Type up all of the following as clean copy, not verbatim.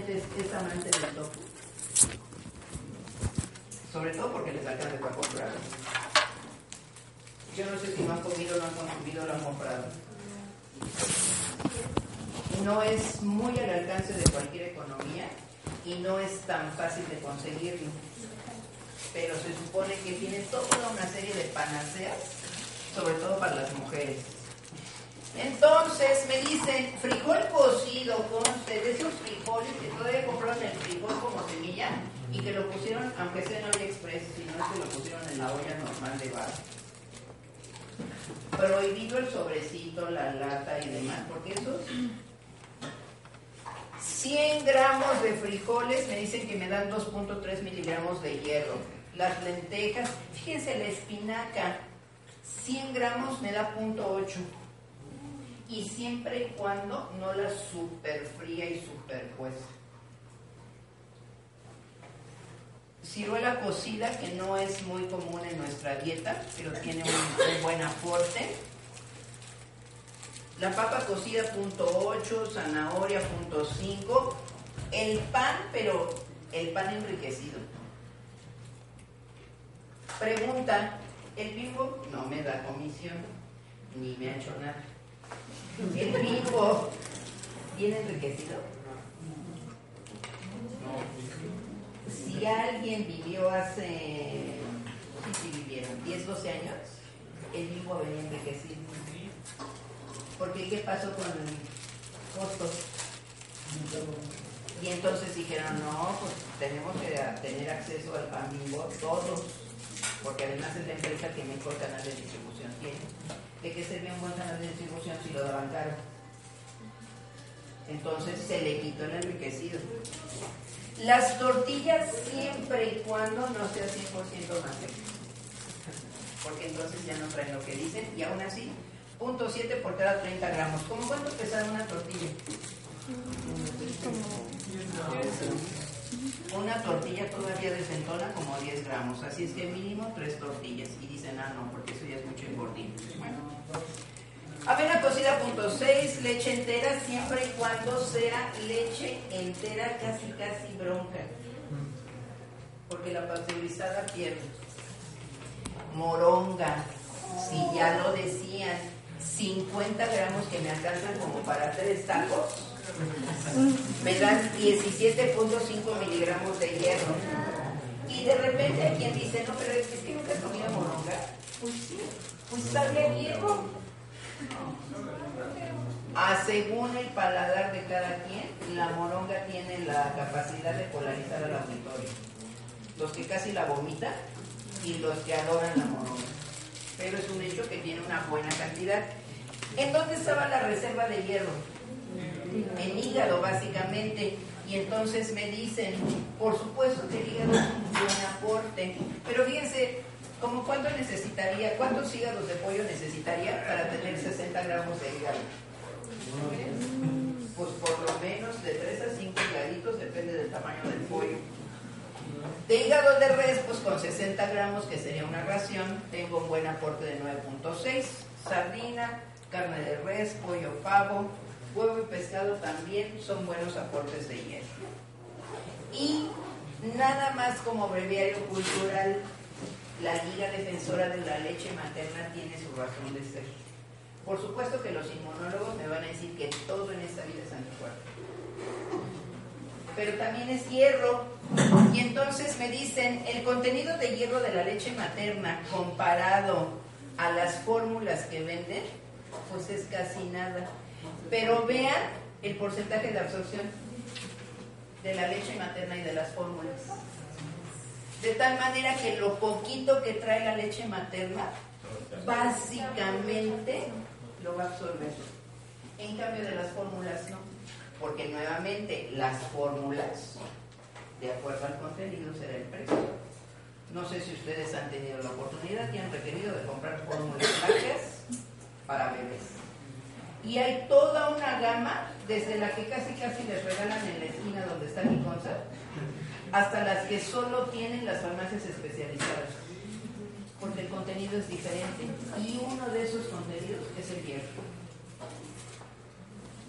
gente es amante del tofu? Sobre todo porque les alcanza para comprar. Yo no sé si no han comido, no han consumido, lo han comprado. No es muy al alcance de cualquier economía y no es tan fácil de conseguirlo. Pero se supone que tiene toda una serie de panaceas, sobre todo para las mujeres. Entonces me dicen, frijol cocido, conste, de esos frijoles que todavía compraron el frijol como semilla y que lo pusieron, aunque sea en AliExpress, sino es que lo pusieron en la olla normal de bar. Prohibido el sobrecito, la lata y demás, porque esos 100 gramos de frijoles me dicen que me dan 2.3 miligramos de hierro. Las lentejas, fíjense, la espinaca, 100 gramos me da 0.8. Y siempre y cuando no la superfría y superpuesta. Ciruela cocida, que no es muy común en nuestra dieta, pero tiene un buen aporte. La papa cocida 0.8, zanahoria 0.5. El pan, pero el pan enriquecido. Pregunta, ¿el Bimbo? No me da comisión, ni me ha hecho nada. ¿El Bimbo viene enriquecido? Si alguien vivió hace, si vivieron 10, 12 años, el Bimbo venía enriquecido. Porque ¿qué pasó con el costo? Y entonces dijeron, no, pues tenemos que tener acceso al pan Bimbo todos, porque además es la empresa que mejor canal de distribución tiene. ¿De qué servía un buen canal de distribución si lo daban caro? Entonces se le quitó el enriquecido. Las tortillas siempre y cuando no sea 100% masa, porque entonces ya no traen lo que dicen, y aún así 0.7 por cada 30 gramos. ¿Cómo cuánto pesa una tortilla? Una tortilla todavía desentona como 10 gramos, así es que mínimo 3 tortillas. Y dicen, no, porque eso ya es mucho engordín. Bueno. Avena cocida 0.6, leche entera siempre y cuando sea leche entera casi bronca, porque la pasteurizada pierde. Moronga, si ya lo decían, 50 gramos que me alcanzan como para 3 tacos, me dan 17.5 miligramos de hierro. Y de repente hay quien dice, no, pero es que nunca he comido moronga. Pues sí, pues sabe a hierro. Según el paladar de cada quien, la moronga tiene la capacidad de polarizar al auditorio. Los que casi la vomitan y los que adoran la moronga. Pero es un hecho que tiene una buena cantidad. ¿En dónde estaba la reserva de hierro? En hígado, básicamente. Y entonces me dicen, por supuesto que el hígado es un buen aporte. Pero fíjense, ¿cómo cuántos hígados de pollo necesitaría para tener 60 gramos de hígado? Pues por lo menos de 3 a 5 higaditos, depende del tamaño del pollo. De hígado de res, pues con 60 gramos, que sería una ración, tengo un buen aporte de 9.6. Sardina, carne de res, pollo, pavo, huevo y pescado también son buenos aportes de hierro. Y nada más como breviario cultural, la Liga Defensora de la Leche Materna tiene su razón de ser. Por supuesto que los inmunólogos me van a decir que todo en esta vida es anticuerpo, pero también es hierro. Y entonces me dicen, el contenido de hierro de la leche materna comparado a las fórmulas que venden, pues es casi nada. Pero vean el porcentaje de absorción de la leche materna y de las fórmulas. De tal manera que lo poquito que trae la leche materna, básicamente lo va a absorber. En cambio de las fórmulas no, porque nuevamente las fórmulas, de acuerdo al contenido, será el precio. No sé si ustedes han tenido la oportunidad y han requerido de comprar fórmulas lácteas para bebés. Y hay toda una gama, desde la que casi les regalan en la esquina donde está mi consa, hasta las que solo tienen las farmacias especializadas, porque el contenido es diferente, y uno de esos contenidos es el hierro.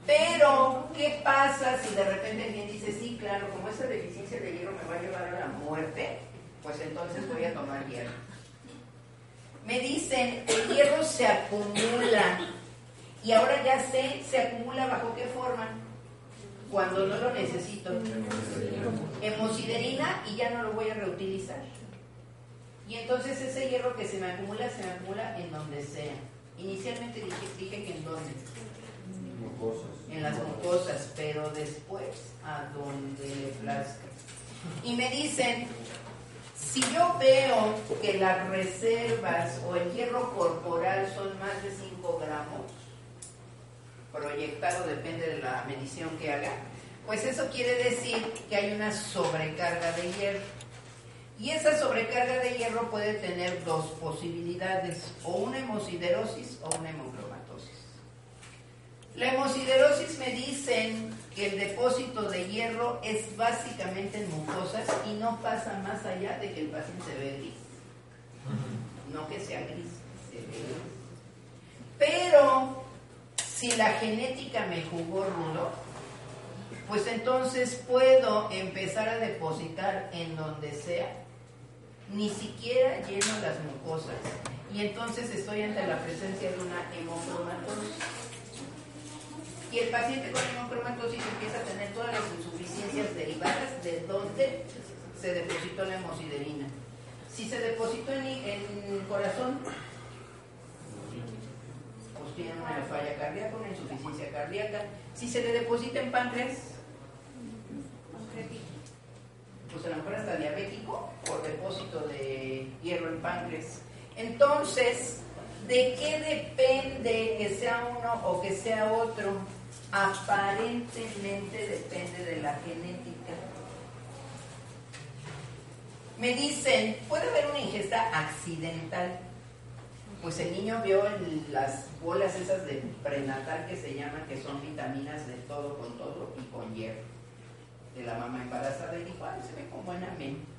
Pero, ¿qué pasa si de repente alguien dice, sí, claro, como esa deficiencia de hierro me va a llevar a la muerte, pues entonces voy a tomar hierro? Me dicen, el hierro se acumula, y ahora ya sé, se acumula bajo qué forma, cuando no lo necesito. Hemosiderina, y ya no lo voy a reutilizar. Y entonces ese hierro que se me acumula en donde sea. Inicialmente dije que en dónde. En las mucosas, pero después a donde le plazca. Y me dicen, si yo veo que las reservas o el hierro corporal son más de 5 gramos, proyectado depende de la medición que haga, pues eso quiere decir que hay una sobrecarga de hierro. Y esa sobrecarga de hierro puede tener dos posibilidades, o una hemosiderosis o una hemocromatosis. La hemosiderosis me dicen que el depósito de hierro es básicamente en mucosas y no pasa más allá de que el paciente se ve gris. No que sea gris, se ve gris. Pero si la genética me jugó rudo, pues entonces puedo empezar a depositar en donde sea, ni siquiera lleno las mucosas, y entonces estoy ante la presencia de una hemocromatosis. Y el paciente con hemocromatosis empieza a tener todas las insuficiencias derivadas de donde se depositó la hemosiderina. Si se depositó en el corazón, pues tiene una falla cardíaca, una insuficiencia cardíaca. Si se le deposita en páncreas, pues a lo mejor hasta diabético por depósito de hierro en páncreas. Entonces, ¿de qué depende que sea uno o que sea otro? Aparentemente depende de la genética. Me dicen, ¿puede haber una ingesta accidental? Pues el niño vio las bolas esas de prenatal que se llaman, que son vitaminas de todo con todo y con hierro, de la mamá embarazada, y dijo, ay, se ve como buena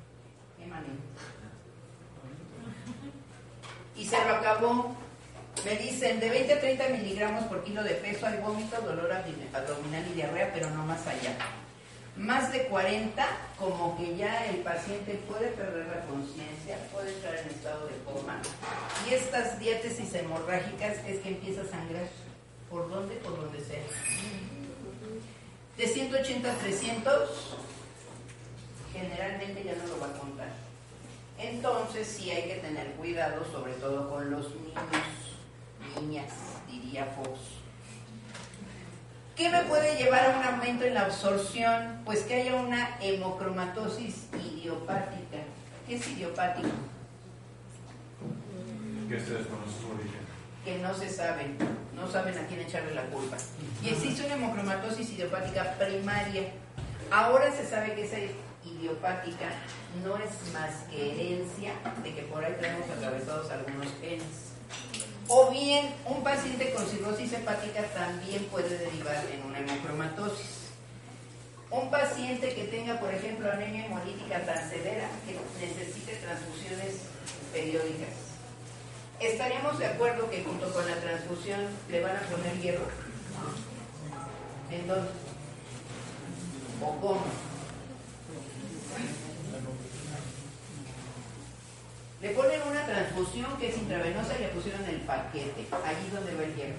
y se lo acabó. Me dicen, de 20 a 30 miligramos por kilo de peso hay vómito, dolor abdominal y diarrea, pero no más allá. Más de 40, como que ya el paciente puede perder la conciencia, puede entrar en estado de coma. Y estas diátesis hemorrágicas es que empieza a sangrar. ¿Por dónde? Por donde sea. De 180 a 300, generalmente ya no lo va a contar. Entonces sí hay que tener cuidado, sobre todo con los niños, niñas, diría Fox. ¿Qué me puede llevar a un aumento en la absorción? Pues que haya una hemocromatosis idiopática. ¿Qué es idiopático? Que se desconoce su origen. Que no se saben, no saben a quién echarle la culpa. Y existe una hemocromatosis idiopática primaria. Ahora se sabe que esa idiopática no es más que herencia de que por ahí tenemos atravesados algunos genes. O bien, un paciente con cirrosis hepática también puede derivar en una hemocromatosis. Un paciente que tenga, por ejemplo, anemia hemolítica tan severa que necesite transfusiones periódicas. ¿Estaríamos de acuerdo que junto con la transfusión le van a poner hierro? ¿En dónde? ¿O cómo? Le ponen una transfusión que es intravenosa y le pusieron el paquete, allí donde va el hierro,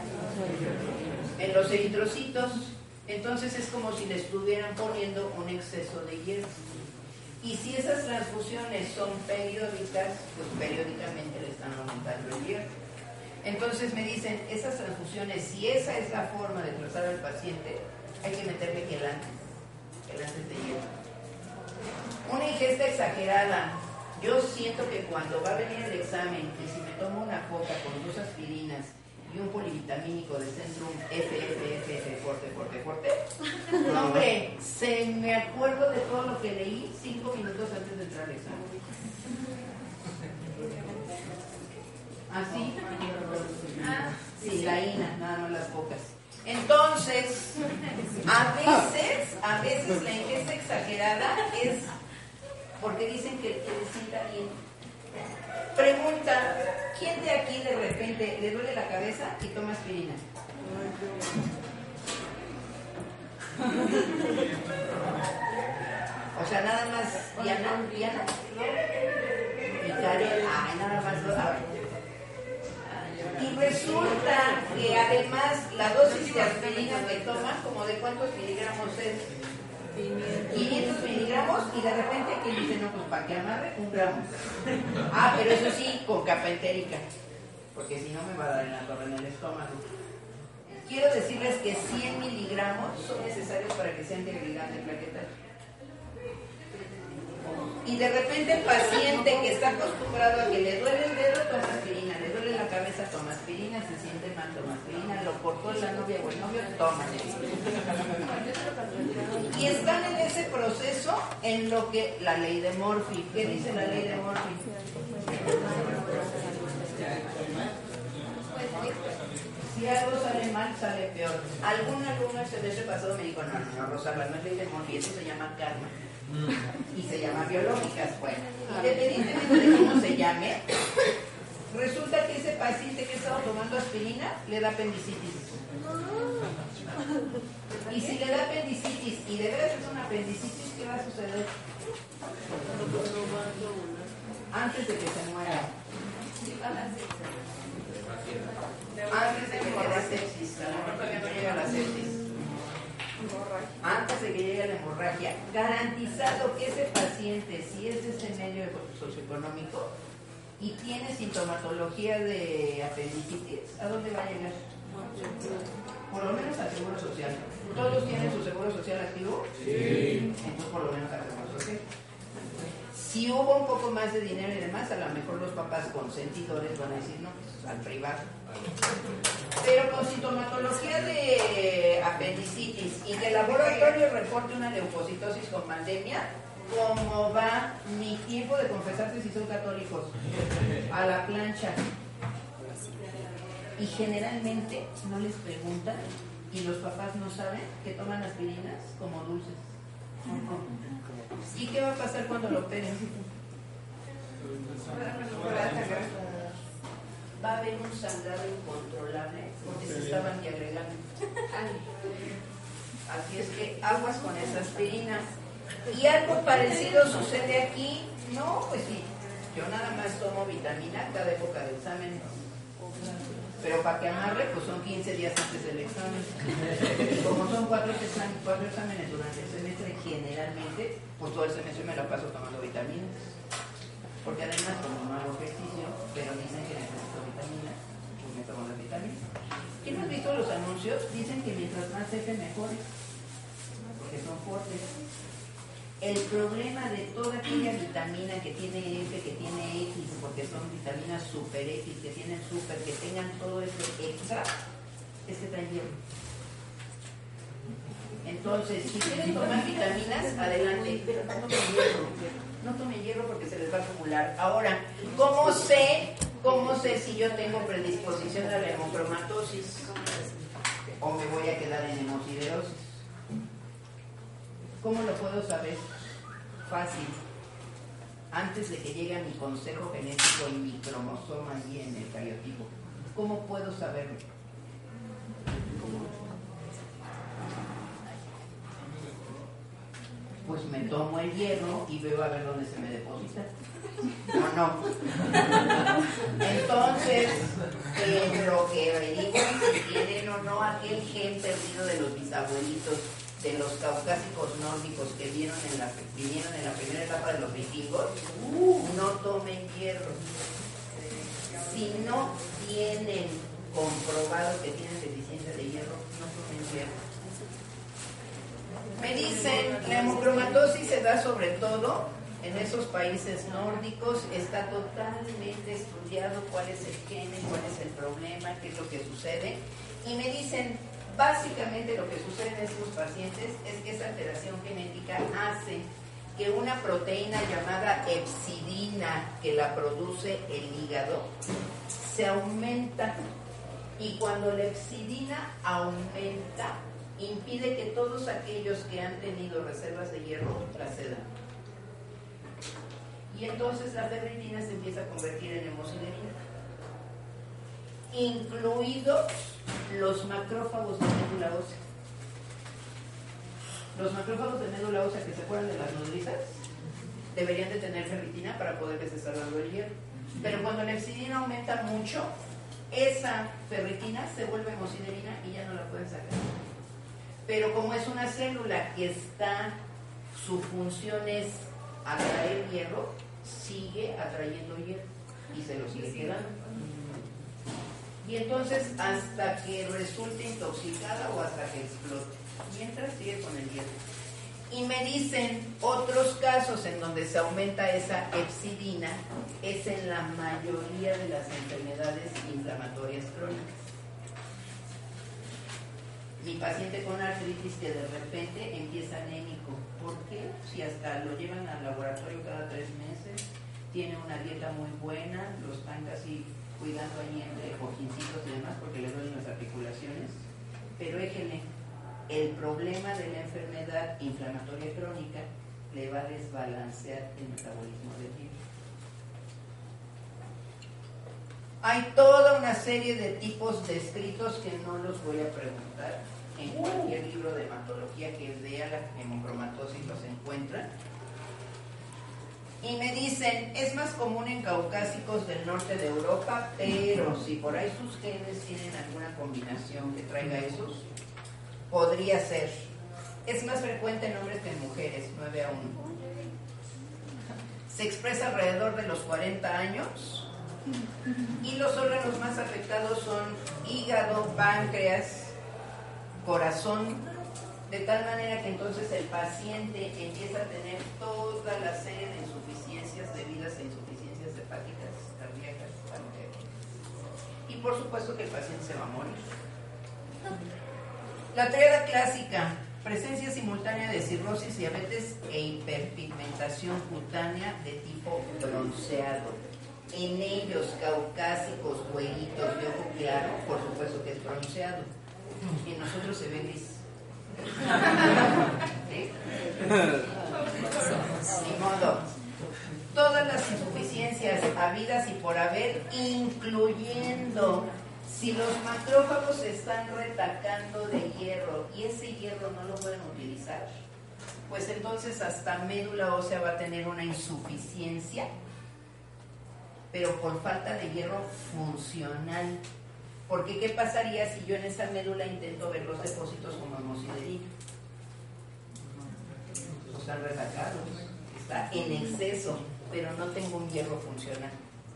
en los eritrocitos. Entonces es como si le estuvieran poniendo un exceso de hierro. Y si esas transfusiones son periódicas, pues periódicamente le están aumentando el hierro. Entonces me dicen, esas transfusiones, si esa es la forma de tratar al paciente, hay que meterle quelantes de hierro. Una ingesta exagerada. Yo siento que cuando va a venir el examen y si me tomo una coca con 2 aspirinas y un polivitamínico de Centrum FFFF fuerte, no, hombre, se me acuerdo de todo lo que leí 5 minutos antes de entrar al examen. ¿Así? Sí, la INA, nada más las cocas. Entonces, a veces la ingesta exagerada es porque dicen que le sienta bien. Pregunta, ¿quién de aquí de repente le duele la cabeza y toma aspirina? O sea, nada más Diana y Karen, nada más dos. Y resulta que además la dosis de aspirina que toman, como de cuántos miligramos es, 500 miligramos, y de repente aquí dicen, no, pues para que amarre 1 gramo. Pero eso sí, con capa entérica, porque si no me va a dar en la torre en el estómago. Quiero decirles que 100 miligramos son necesarios para que sean antiagregante plaquetario. Y de repente el paciente que está acostumbrado a que le duele el dedo, toma aspirina, le duele la cabeza, toma aspirina, se siente mal, toma aspirina, lo cortó la novia o el novio, toma aspirina. Y están en ese proceso en lo que la ley de Murphy. ¿Qué dice la ley de Murphy? Si algo sale mal, sale peor. Algún alumno el semestre pasado me dijo, no, Rosalba, no es ley de Murphy, eso se llama karma. Y se llama biológicas. Bueno, independientemente de cómo se llame, resulta que ese paciente que estaba tomando aspirina le da apendicitis. Y si le da apendicitis y de veras es una apendicitis, ¿qué va a suceder? Antes de que se muera. Antes de que llegue la sepsis. A lo mejor todavía no llega la sepsis. Antes de que llegue la hemorragia, garantizado que ese paciente, si es de ese medio socioeconómico y tiene sintomatología de apendicitis, ¿a dónde va a llegar? Por lo menos al Seguro Social. ¿Todos tienen su Seguro Social activo? Sí. Entonces por lo menos al Seguro Social. Si hubo un poco más de dinero y demás, a lo mejor los papás consentidores van a decir, no, pues al privado. Pero con sintomatología de apendicitis y que el laboratorio reporte una leucocitosis con pandemia, ¿cómo va? Mi tiempo de confesarse si son católicos, a la plancha. Y generalmente no les preguntan y los papás no saben que toman aspirinas como dulces. ¿Y qué va a pasar cuando lo operen? Va a haber un sangrado incontrolable porque se estaban antiagregando. Así es que aguas con esa aspirina. Y algo parecido sucede aquí. No, pues sí, yo nada más tomo vitamina cada época de examen. Pero para que amarre, pues son 15 días antes del examen. Y como son 4 exámenes durante el semestre, generalmente, pues todo el semestre me la paso tomando vitaminas. Porque además, como no hago ejercicio, pero dicen que necesito vitaminas, pues me tomo las vitaminas. ¿Quién ha visto los anuncios? Dicen que mientras más F mejor, porque son fuertes. El problema de toda aquella vitamina que tiene F, que tiene X, porque son vitaminas super X, que tienen super, que tengan todo ese extra, es que traen hierro. Entonces, si quieren tomar vitaminas, adelante, pero no tomen hierro. No tomen hierro porque se les va a acumular. Ahora, ¿cómo sé si yo tengo predisposición a la hemocromatosis? ¿O me voy a quedar en hemosiderosis? ¿Cómo lo puedo saber? Fácil. Antes de que llegue a mi consejo genético y mi cromosoma y en el cariotipo. ¿Cómo puedo saberlo? Pues me tomo el hierro y veo a ver dónde se me deposita. ¿O no? Entonces, en lo que averiguan si tienen o no aquel gen perdido de los bisabuelitos, de los caucásicos nórdicos que vinieron en la primera etapa de los vikingos, no tomen hierro. Si no tienen comprobado que tienen deficiencia de hierro, no tomen hierro. Me dicen, la hemocromatosis se da sobre todo en esos países nórdicos, está totalmente estudiado cuál es el gen, cuál es el problema, qué es lo que sucede, y me dicen, básicamente lo que sucede en estos pacientes es que esa alteración genética hace que una proteína llamada hepcidina, que la produce el hígado, se aumenta, y cuando la hepcidina aumenta, impide que todos aquellos que han tenido reservas de hierro las cedan. Y entonces la ferritina se empieza a convertir en hemosiderina, incluidos los macrófagos de médula ósea. Los macrófagos de médula ósea que se acuerdan de las nodrizas deberían de tener ferritina para poderles estar dando el hierro. Pero cuando la hepcidina aumenta mucho, esa ferritina se vuelve hemosiderina y ya no la pueden sacar. Pero como es una célula que está, su función es atraer hierro, sigue atrayendo hierro y se lo sigue quedando. Y entonces hasta que resulte intoxicada o hasta que explote. Mientras sigue con el hierro. Y me dicen otros casos en donde se aumenta esa hepcidina es en la mayoría de las enfermedades inflamatorias crónicas. Mi paciente con artritis que de repente empieza anémico. ¿Por qué? Si hasta lo llevan al laboratorio cada 3 meses, tiene una dieta muy buena, lo están casi cuidando allí entre cojincitos y demás porque le duelen las articulaciones, pero éjele, el problema de la enfermedad inflamatoria crónica le va a desbalancear el metabolismo del hierro. Hay toda una serie de tipos descritos que no los voy a preguntar. En cualquier libro de hematología que vea la hemocromatosis los encuentran. Y me dicen, es más común en caucásicos del norte de Europa, pero si por ahí sus genes tienen alguna combinación que traiga esos, podría ser. Es más frecuente en hombres que en mujeres, 9 a 1. Se expresa alrededor de los 40 años y los órganos más afectados son hígado, páncreas, corazón, de tal manera que entonces el paciente empieza a tener toda la serie de insuficiencias debidas a insuficiencias hepáticas, cardíacas, pancreáticas. Y por supuesto que el paciente se va a morir. La tríada clásica, presencia simultánea de cirrosis, diabetes e hiperpigmentación cutánea de tipo bronceado. En ellos, caucásicos, güeritos de ojo claro, por supuesto que es bronceado. En nosotros se ve gris. ¿Sí? Ni modo. Todas las insuficiencias habidas y por haber, incluyendo si los macrófagos se están retacando de hierro y ese hierro no lo pueden utilizar, pues entonces hasta médula ósea va a tener una insuficiencia, pero por falta de hierro funcional. Porque ¿qué pasaría si yo en esa médula intento ver los depósitos como hemosiderina? Están retacados, está en exceso, pero no tengo un hierro funcional.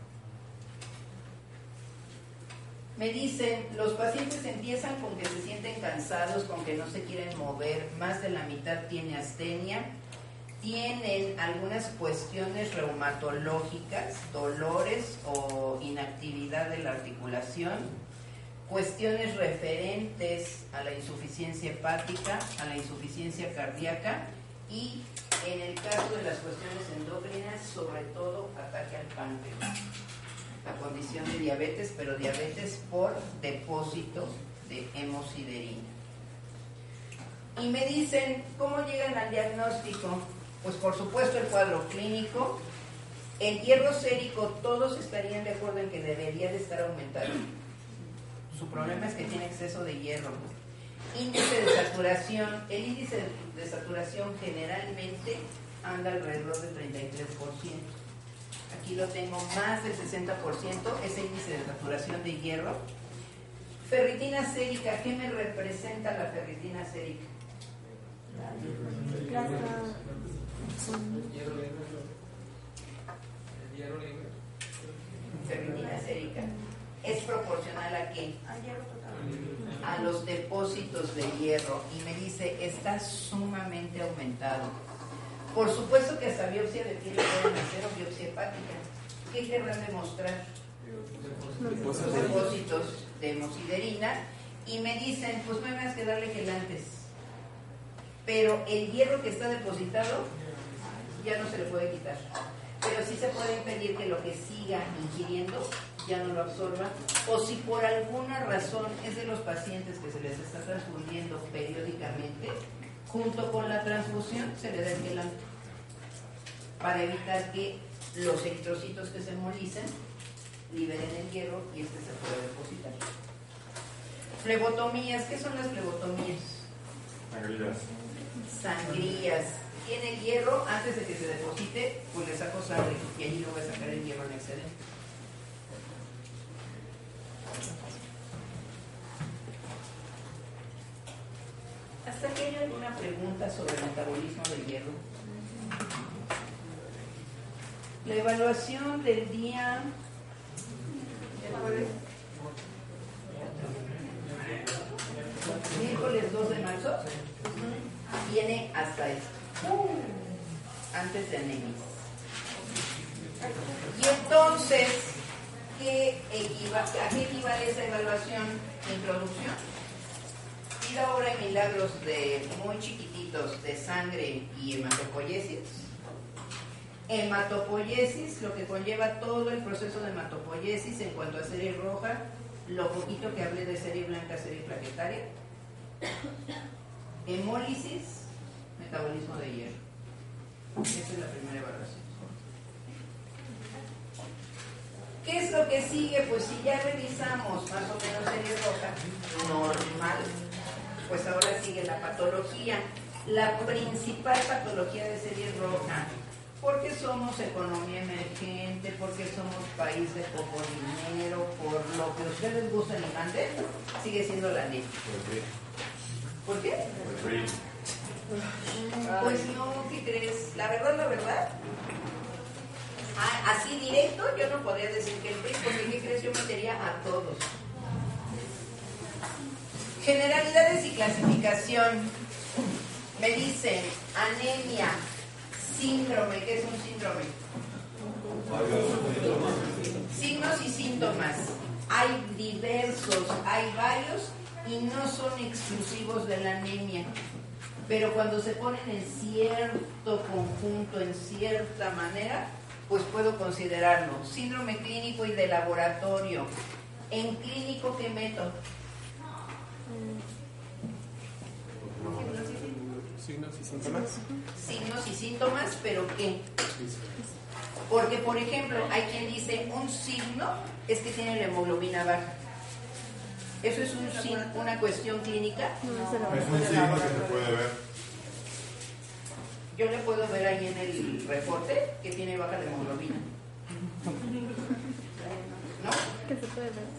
Me dicen, los pacientes empiezan con que se sienten cansados, con que no se quieren mover, más de la mitad tiene astenia, tienen algunas cuestiones reumatológicas, dolores o inactividad de la articulación, cuestiones referentes a la insuficiencia hepática, a la insuficiencia cardíaca y en el caso de las cuestiones endócrinas, sobre todo ataque al páncreas. La condición de diabetes, pero diabetes por depósito de hemosiderina. Y me dicen, ¿cómo llegan al diagnóstico? Pues por supuesto el cuadro clínico, el hierro sérico, todos estarían de acuerdo en que debería de estar aumentado. Su problema es que tiene exceso de hierro. Índice de saturación, el índice de saturación generalmente anda alrededor del 33%. Aquí lo tengo, más del 60%, ese índice de saturación de hierro. Ferritina sérica, ¿qué me representa la ferritina sérica? Ferritina sérica. ¿Es proporcional a qué? A los depósitos de hierro. Y me dice, está sumamente aumentado. Por supuesto que hasta biopsia de piel pueden hacer o biopsia hepática. ¿Qué querrán demostrar? Los depósitos de hemosiderina. Y me dicen, pues no hay más que darle gelantes. Pero el hierro que está depositado ya no se le puede quitar. Pero sí se puede impedir que lo que siga ingiriendo ya no lo absorba, o si por alguna razón es de los pacientes que se les está transfundiendo periódicamente, junto con la transfusión se le da el quelante para evitar que los eritrocitos que se hemolicen liberen el hierro y este se puede depositar. Flebotomías, ¿qué son las flebotomías? Agregas. Sangrías. Tiene hierro, antes de que se deposite, pues le saco sangre y allí le voy a sacar el hierro en excedente. ¿Hasta aquí hay alguna pregunta sobre el metabolismo del hierro? La evaluación del día miércoles 2 de marzo viene hasta esto, antes de anemia. Y entonces, ¿a qué equivale esa evaluación? Introducción, vida, obra y milagros de muy chiquititos de sangre y hematopoiesis. Hematopoiesis, lo que conlleva todo el proceso de hematopoiesis en cuanto a serie roja, lo poquito que hablé de serie blanca, serie plaquetaria. Hemólisis, metabolismo de hierro. Esa es la primera evaluación. ¿Qué es lo que sigue? Pues si ya revisamos más o menos serie roja, normal, pues ahora sigue la patología. La principal patología de serie roja, porque somos economía emergente, porque somos país de poco dinero, por lo que ustedes gusten y manden, sigue siendo la anemia. ¿Por qué? Pues no, ¿qué crees? La verdad, así directo yo no podría decir que el PRI, porque ¿qué crees? Yo metería a todos. Generalidades y clasificación. Me dicen anemia, síndrome. ¿Qué es un síndrome? Signos y síntomas. Hay diversos, hay varios y no son exclusivos de la anemia. Pero cuando se ponen en cierto conjunto, en cierta manera, pues puedo considerarlo. Síndrome clínico y de laboratorio. ¿En clínico qué meto? Signos y síntomas. Signos y síntomas, ¿pero qué? Porque, por ejemplo, hay quien dice un signo es que tiene la hemoglobina baja. ¿Eso es una cuestión clínica? Es un signo que se puede ver. Yo le puedo ver ahí en el reporte que tiene baja la hemoglobina. ¿No? ¿Qué se puede ver?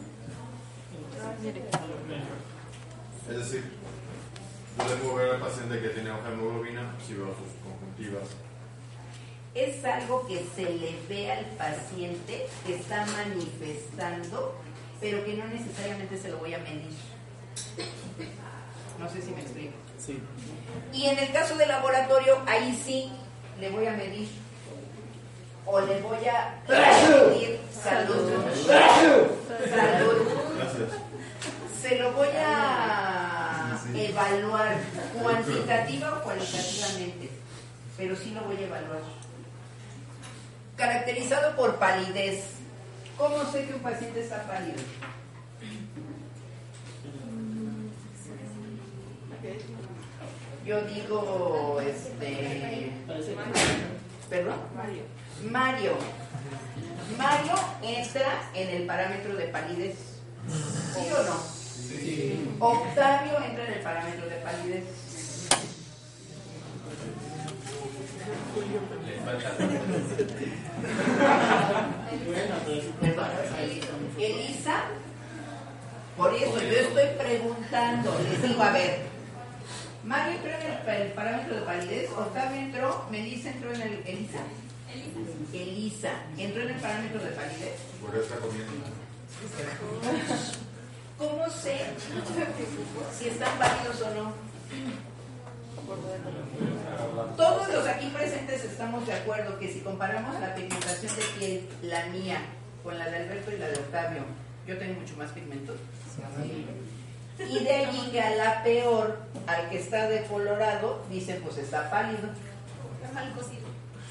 Es decir, yo le puedo ver al paciente que tiene baja hemoglobina si veo sus conjuntivas. Es algo que se le ve al paciente que está manifestando, pero que no necesariamente se lo voy a medir. No sé si me explico. Sí. Y en el caso del laboratorio, ahí sí le voy a medir. O le voy a medir salud. Salud. Gracias. Se lo voy a evaluar cuantitativa o cualitativamente, pero sí lo voy a evaluar. Caracterizado por palidez. ¿Cómo sé que un paciente está pálido? Yo digo, ¿perdón? Mario entra en el parámetro de palidez. ¿Sí o no? Sí. Octavio entra en el parámetro de palidez. Elisa, por eso yo estoy preguntando, les digo, a ver, Mario entró en el parámetro de palidez, Octavio entró, Melissa entró en el Elisa entró en el parámetro de palidez. Por eso está comiendo. ¿Cómo sé si están pálidos o no? Todos los aquí presentes estamos de acuerdo que si comparamos la pigmentación de piel, la mía, con la de Alberto y la de Octavio, yo tengo mucho más pigmento. Y de allí que a la peor, al que está decolorado, dicen pues está pálido. Está mal cocido.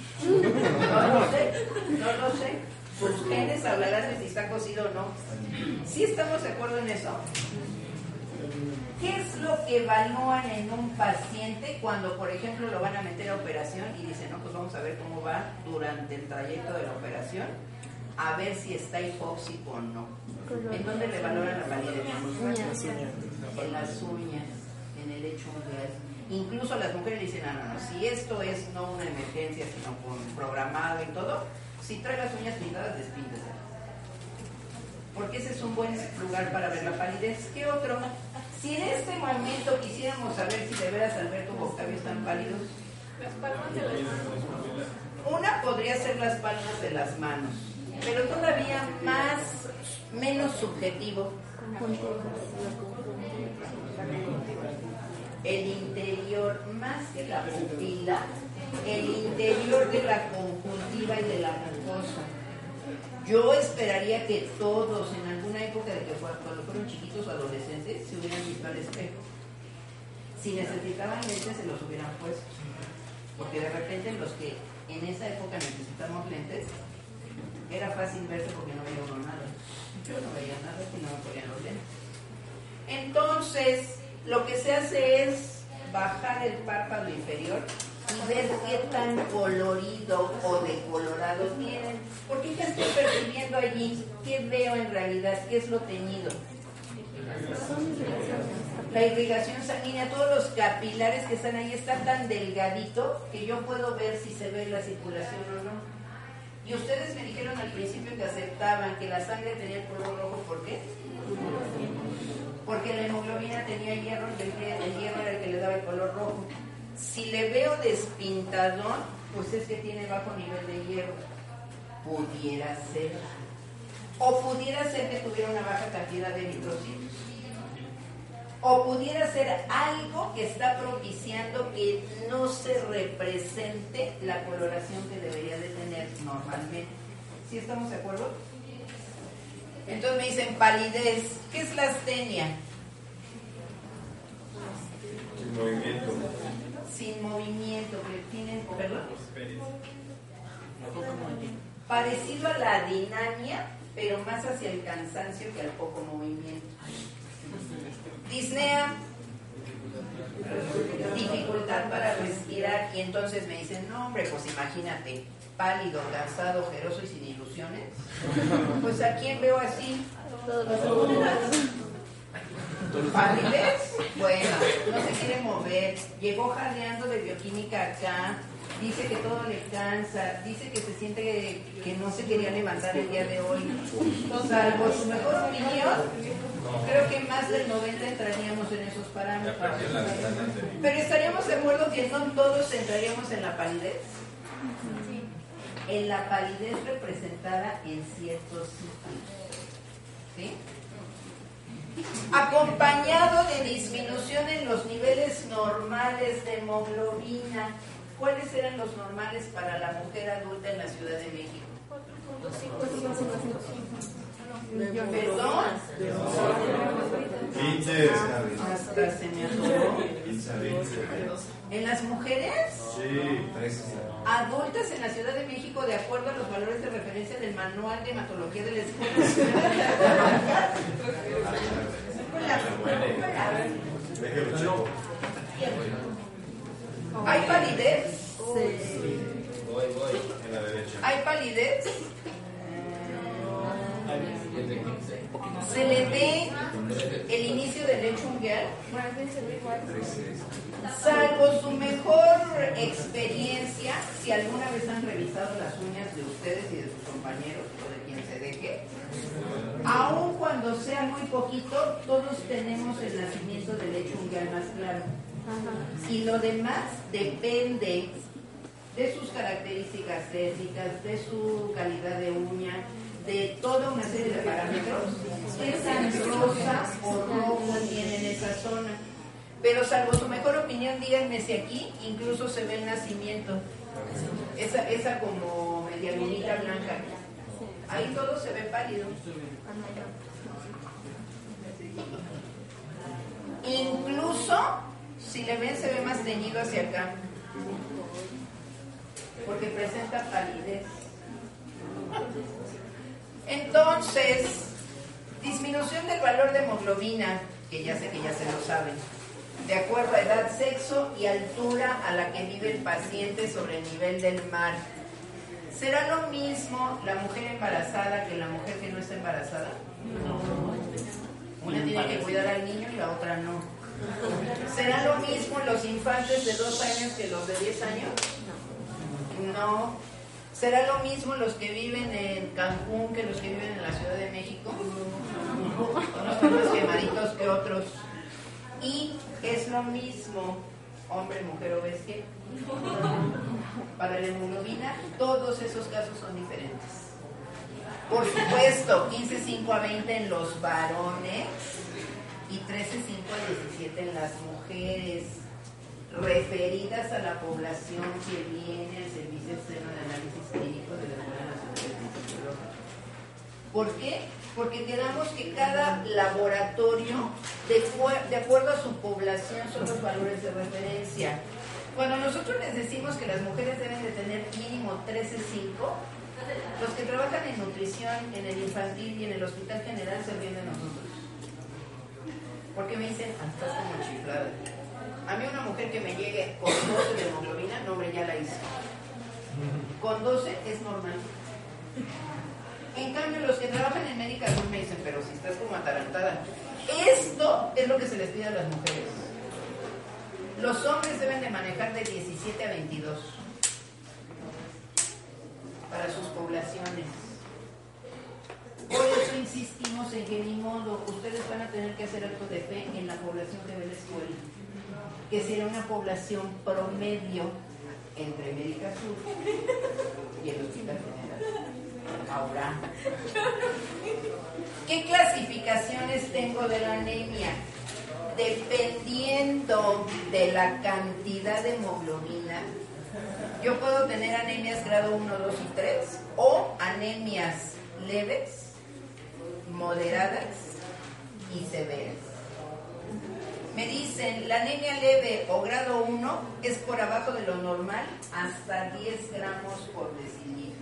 No lo sé. Sus genes hablarán de si está cocido o no. ¿Sí estamos de acuerdo en eso? ¿Qué es lo que evalúan en un paciente cuando, por ejemplo, lo van a meter a operación y dicen, no, pues vamos a ver cómo va durante el trayecto de la operación, a ver si está hipóxico o no? ¿En dónde le valoran la palidez? En las uñas, en el hecho ungueal. Incluso las mujeres le dicen, no, si esto es no una emergencia, sino con programado y todo, si trae las uñas pintadas, despíntese. Porque ese es un buen lugar para ver la palidez. ¿Qué otro? Si en este momento quisiéramos saber si de veras Alberto o Octavio están pálidos, Las palmas de las manos. una podría ser las palmas de las manos, pero todavía menos subjetivo. El interior, más que la pupila, el interior de la conjuntiva y de la mucosa. Yo esperaría que todos en alguna época de que cuando fueron chiquitos o adolescentes se hubieran visto al espejo. Si necesitaban lentes se los hubieran puesto, porque de repente los que en esa época necesitamos lentes era fácil verse porque no veía uno nada. Yo no veía nada si no me ponían los lentes. Entonces lo que se hace es bajar el párpado inferior y ver qué tan colorido o decolorado tienen. Porque ya estoy percibiendo allí qué veo en realidad, qué es lo teñido. La irrigación sanguínea, todos los capilares que están ahí están tan delgadito que yo puedo ver si se ve la circulación o no. Y ustedes me dijeron al principio que aceptaban que la sangre tenía el color rojo, ¿por qué? Porque la hemoglobina tenía hierro y el hierro era el que le daba el color rojo. Si le veo despintadón, pues es que tiene bajo nivel de hierro. Pudiera ser. O pudiera ser que tuviera una baja cantidad de eritrocitos. O pudiera ser algo que está propiciando que no se represente la coloración que debería de tener normalmente. ¿Sí estamos de acuerdo? Entonces me dicen palidez. ¿Qué es la astenia? Sin movimiento. Sin movimiento, que tienen, ¿perdón? Parecido a la dinamia, pero más hacia el cansancio que al poco movimiento. Disnea, dificultad para respirar, y entonces me dicen, no hombre, pues imagínate, pálido, cansado, ojeroso y sin ilusiones. Pues ¿a quién veo así? ¿Palidez? Bueno, no se quiere mover, llegó jadeando de bioquímica acá, dice que todo le cansa, dice que se siente que no se quería levantar el día de hoy. Salvo su mejor opinión, creo que más del 90 entraríamos en esos parámetros. Pero estaríamos de acuerdo que no todos entraríamos en la palidez. En la palidez representada en ciertos sitios. ¿Sí? Acompañado de disminución en los niveles normales de hemoglobina. ¿Cuáles eran los normales para la mujer adulta en la Ciudad de México? ¿Perdón? 15. Hasta se me atoró. ¿En las mujeres? Sí. Adultas en la Ciudad de México, de acuerdo a los valores de referencia del Manual de Hematología de la Escuela. Déjelo checo. ¿Hay palidez? Voy. En la derecha. ¿Hay palidez? ¿Se le ve el inicio del lecho ungueal? Salvo su mejor experiencia, si alguna vez han revisado las uñas de ustedes y de sus compañeros o de quien se deje, aun cuando sea muy poquito, todos tenemos el nacimiento del lecho ungueal más claro. Y lo demás depende de sus características técnicas, de su calidad de uña, de toda una serie de parámetros, qué tan rosa o rojo tiene en esa zona. Pero salvo su mejor opinión, díganme si aquí incluso se ve el nacimiento, esa como media lunita blanca, ahí todo se ve pálido. Incluso si le ven se ve más teñido hacia acá, porque presenta palidez. Entonces, disminución del valor de hemoglobina, que ya sé que ya se lo saben, de acuerdo a edad, sexo y altura a la que vive el paciente sobre el nivel del mar. ¿Será lo mismo la mujer embarazada que la mujer que no está embarazada? Una tiene que cuidar al niño y la otra no. ¿Será lo mismo los infantes de 2 años que los de 10 años? No. ¿Será lo mismo los que viven en Cancún que los que viven en la Ciudad de México? Unos son más quemaditos que otros. Y es lo mismo hombre, mujer o bestia. Para la hemoglobina, todos esos casos son diferentes. Por supuesto, 15,5 a 20 en los varones y 13,5 a 17 en las mujeres, referidas a la población que viene al Servicio Externo de Análisis Clínico de la Escuela Nacional de Ciencias Biológicas. ¿Por qué? Porque quedamos que cada laboratorio, de acuerdo a su población, son los valores de referencia. Cuando nosotros les decimos que las mujeres deben de tener mínimo 13,5, los que trabajan en nutrición, en el infantil y en el hospital general se ríen de nosotros. Porque me dicen, estás como chiflada. A mí una mujer que me llegue con 12 de hemoglobina, no, hombre, ya la hice. Con 12 es normal. En cambio, los que trabajan en Médica Sur me dicen, pero si estás como atarantada. Esto es lo que se les pide a las mujeres. Los hombres deben de manejar de 17 a 22 para sus poblaciones. Por eso insistimos en que ni modo, ustedes van a tener que hacer acto de fe en la población que ve la escuela, que será una población promedio entre Médica Sur y el Hospital General. Ahora, ¿qué clasificaciones tengo de la anemia? Dependiendo de la cantidad de hemoglobina, yo puedo tener anemias grado 1, 2 y 3 o anemias leves, moderadas y severas. Me dicen, la anemia leve o grado 1 es por abajo de lo normal hasta 10 gramos por decilitro.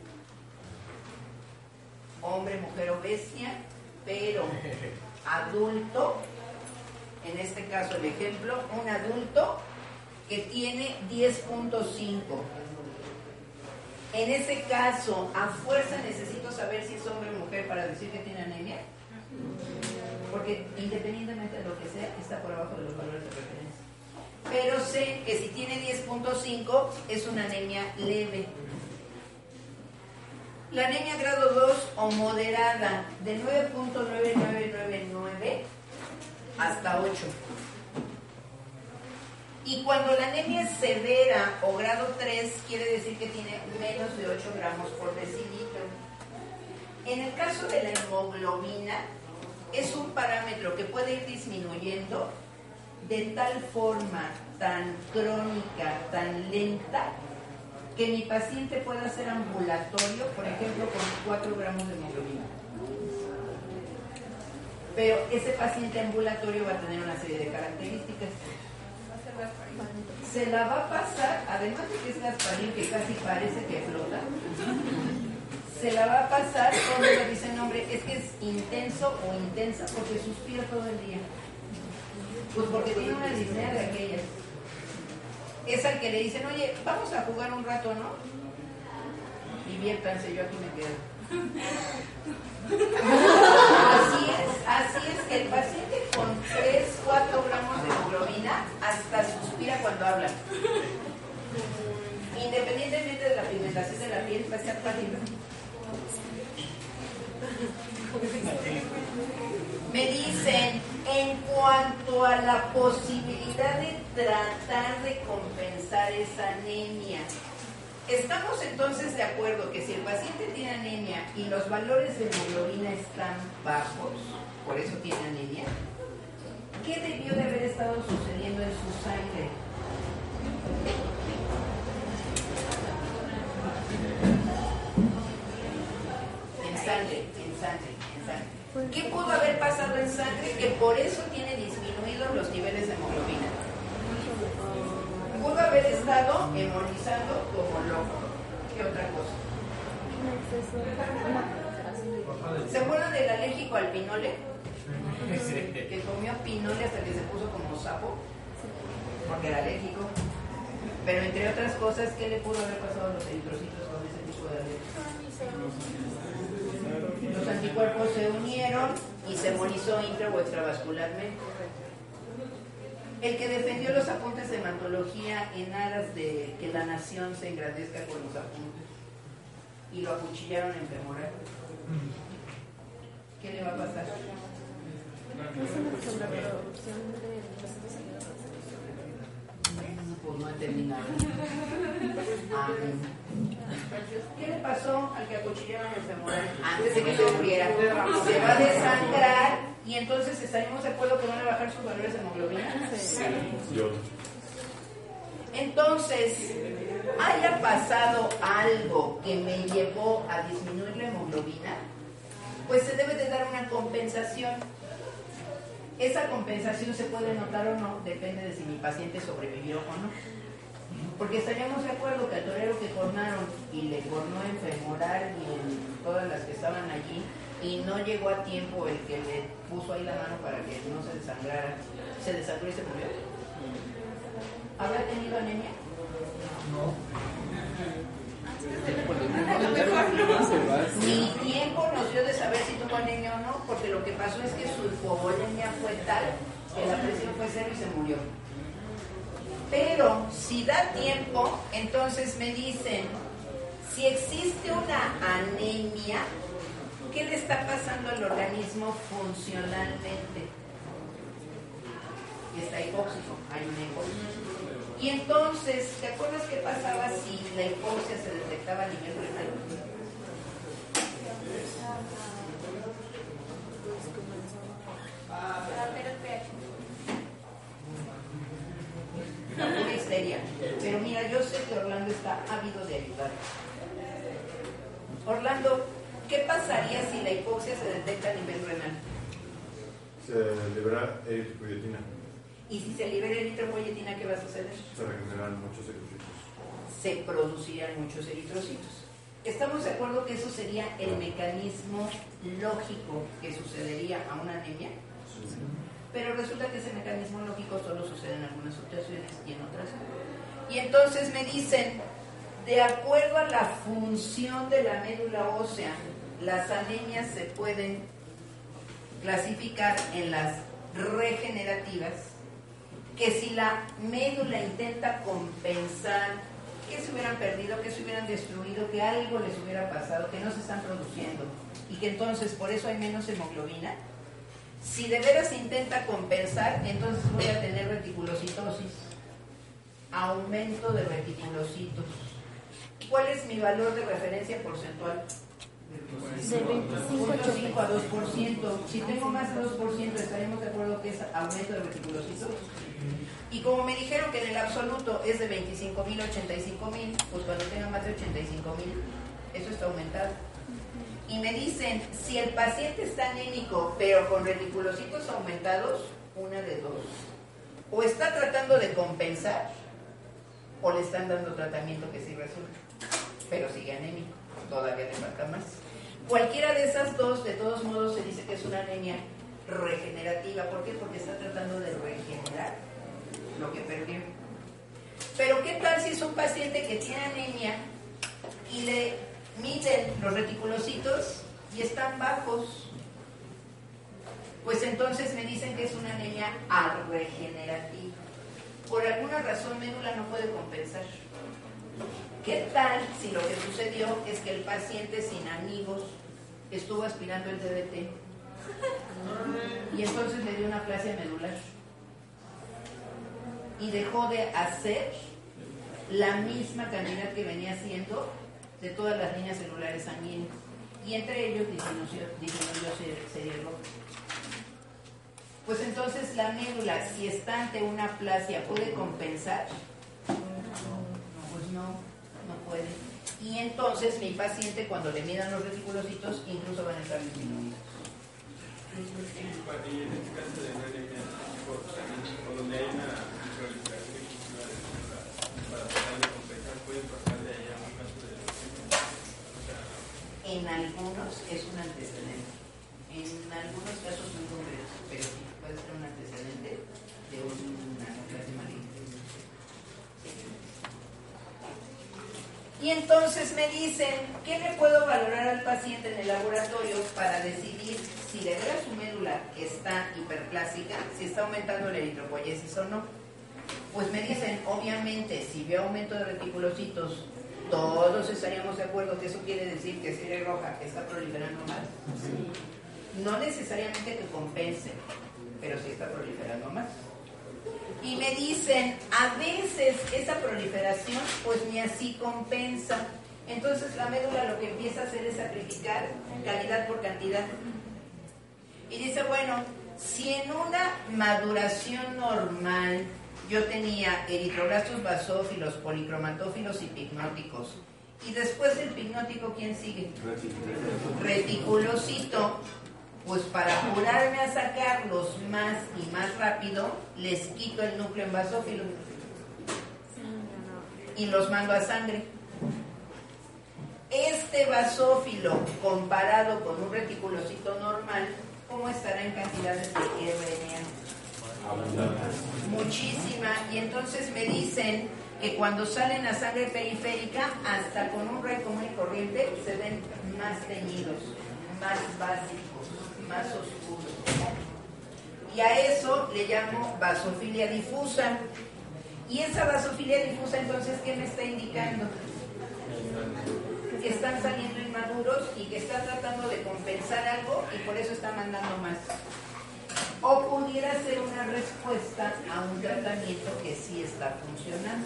Hombre, mujer o bestia, pero adulto, en este caso el ejemplo, un adulto que tiene 10.5. En ese caso, a fuerza necesito saber si es hombre o mujer para decir que tiene anemia, porque independientemente de lo que sea, está por abajo de los valores de referencia. Pero sé que si tiene 10.5 es una anemia leve. La anemia grado 2 o moderada, de 9.9999 hasta 8. Y cuando la anemia es severa o grado 3, quiere decir que tiene menos de 8 gramos por decilitro. En el caso de la hemoglobina, es un parámetro que puede ir disminuyendo de tal forma tan crónica, tan lenta, que mi paciente pueda ser ambulatorio, por ejemplo, con 4 gramos de hemoglobina. Pero ese paciente ambulatorio va a tener una serie de características. Se la va a pasar, además de que es Gasparín, que casi parece que flota, se la va a pasar cuando le dicen, hombre, es que es intenso o intensa porque suspira todo el día. Pues porque tiene una disnea de aquellas. Es al que le dicen, oye, vamos a jugar un rato, ¿no? Diviértanse, yo aquí me quedo. Así es que el paciente con 3, 4 gramos de hemoglobina hasta suspira cuando habla. Independientemente de la pigmentación de la piel, va a estar pálido. Me dicen, en cuanto a la posibilidad de tratar de compensar esa anemia, estamos entonces de acuerdo que si el paciente tiene anemia y los valores de hemoglobina están bajos, por eso tiene anemia, ¿qué debió de haber estado sucediendo en su sangre? En sangre. ¿Qué pudo haber pasado en sangre? Que por eso tiene disminuidos los niveles de hemoglobina. Pudo haber estado hemonizando como loco. ¿Qué otra cosa? ¿Se acuerdan del alérgico al pinole? Que comió pinole hasta que se puso como sapo, porque era alérgico. Pero entre otras cosas, ¿qué le pudo haber pasado a los eritrocitos con ese tipo de alergia? Los anticuerpos se unieron y se hemonizó intra o extravascularmente. El que defendió los apuntes de hematología en aras de que la nación se engrandezca con los apuntes y lo acuchillaron en femoral. ¿Qué le va a pasar? Pues no he terminado. ¿Qué le pasó al que acuchillaron el femoral? Antes de que se muriera, se va a desangrar y entonces estaremos de acuerdo que van a bajar sus valores de hemoglobina. Sí. Entonces, haya pasado algo que me llevó a disminuir la hemoglobina, pues se debe de dar una compensación. Esa compensación se puede notar o no, depende de si mi paciente sobrevivió o no. Porque estaríamos de acuerdo que al torero que cornaron y le cornó en femoral y en todas las que estaban allí, y no llegó a tiempo el que le puso ahí la mano para que no se desangrara, se desangró y se murió. ¿Habrá tenido anemia? Ni tiempo nos dio de saber si tuvo anemia o no, porque lo que pasó es que su hipovolemia fue tal que la presión fue 0 y se murió. Pero si da tiempo, entonces me dicen, si existe una anemia, ¿qué le está pasando al organismo funcionalmente? Está hipóxico, hay una hipoxia. Y entonces, ¿te acuerdas qué pasaba si la hipoxia se detectaba a nivel renal? Una histeria. Pero mira, yo sé que Orlando está ávido de ayudar. Orlando, ¿qué pasaría si la hipoxia se detecta a nivel renal? Se libera eritropoyetina. Y si se libera eritropoyetina, ¿qué va a suceder? Se regeneran muchos eritrocitos. Se producirían muchos eritrocitos. ¿Estamos de acuerdo que eso sería el mecanismo lógico que sucedería a una anemia? Sí. Pero resulta que ese mecanismo lógico solo sucede en algunas ocasiones y en otras no. Y entonces me dicen, de acuerdo a la función de la médula ósea, las anemias se pueden clasificar en las regenerativas, que si la médula intenta compensar que se hubieran perdido, que se hubieran destruido, que algo les hubiera pasado, que no se están produciendo y que entonces por eso hay menos hemoglobina. Si de veras se intenta compensar, entonces voy a tener reticulocitosis, aumento de reticulocitos. ¿Cuál es mi valor de referencia porcentual? De 25 a 2%. Si tengo más de 2%, ¿estaremos de acuerdo que es aumento de reticulocitos? Y como me dijeron que en el absoluto es de 25.000 a 85.000, pues cuando tenga más de 85.000, eso está aumentado. Y me dicen, si el paciente está anémico, pero con reticulocitos aumentados, una de dos. O está tratando de compensar, o le están dando tratamiento que sí resulta, pero sigue anémico, todavía le falta más. Cualquiera de esas dos, de todos modos, se dice que es una anemia regenerativa. ¿Por qué? Porque está tratando de regenerar lo que perdió. Pero ¿qué tal si es un paciente que tiene anemia y le miden los reticulocitos y están bajos? Pues entonces me dicen que es una anemia arregenerativa. Por alguna razón médula no puede compensar. ¿Qué tal si lo que sucedió es que el paciente sin amigos estuvo aspirando el DDT y entonces le dio una aplasia medular y dejó de hacer la misma cantidad que venía haciendo de todas las líneas celulares sanguíneas y entre ellos disminuyó serie roja? Pues entonces la médula, si está ante una aplasia, ¿puede compensar? Pues no puede. Y entonces mi paciente, cuando le midan los reticulocitos, incluso van a estar disminuidos. Y en este caso de una anemia o donde hay una microalimentación para tratar de compensar, ¿pueden pasar de ahí a un caso de leucemia? En algunos es un antecedente. En algunos casos muy concretos, pero sí puede ser un antecedente de una neoplasia maligna. Y entonces me dicen, ¿qué le puedo valorar al paciente en el laboratorio para decidir si de veras su médula está hiperplásica, si está aumentando la eritropoyesis o no. Pues me dicen, obviamente, si veo aumento de reticulocitos, todos estaríamos de acuerdo que eso quiere decir que serie roja está proliferando más. No necesariamente que compense, pero sí está proliferando más. Y me dicen, a veces esa proliferación pues ni así compensa. Entonces la médula lo que empieza a hacer es sacrificar calidad por cantidad. Y dice, bueno, si en una maduración normal yo tenía eritroblastos basófilos, policromatófilos y picnóticos, y después del picnótico, ¿quién sigue? Reticulocito. Pues para apurarme a sacarlos más y más rápido, les quito el núcleo en basófilo y los mando a sangre. Este basófilo, comparado con un reticulocito normal, ¿cómo estará en cantidades de RNA? Muchísima. Y entonces me dicen que cuando salen a sangre periférica, hasta con un red común y corriente, se ven más teñidos, más básicos, más oscuros. Y a eso le llamo basofilia difusa. Y esa basofilia difusa, entonces, ¿qué me está indicando? Que están saliendo inmaduros y que están tratando de compensar algo y por eso están mandando más. O pudiera ser una respuesta a un tratamiento que sí está funcionando.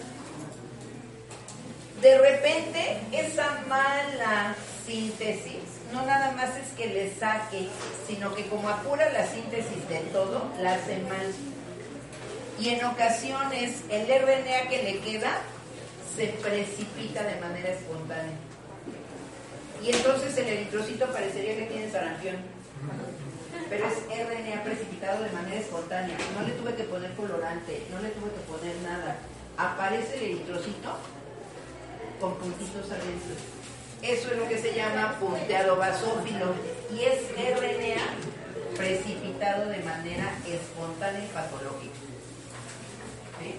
De repente, esa mala síntesis no nada más es que le saque, sino que como apura la síntesis de todo, la hace mal. Y en ocasiones el RNA que le queda se precipita de manera espontánea. Y entonces el eritrocito parecería que tiene sarampión. Pero es RNA precipitado de manera espontánea. No le tuve que poner colorante, no le tuve que poner nada. Aparece el eritrocito con puntitos adentro. Eso es lo que se llama punteado basófilo y es RNA precipitado de manera espontánea y patológica. ¿Sí?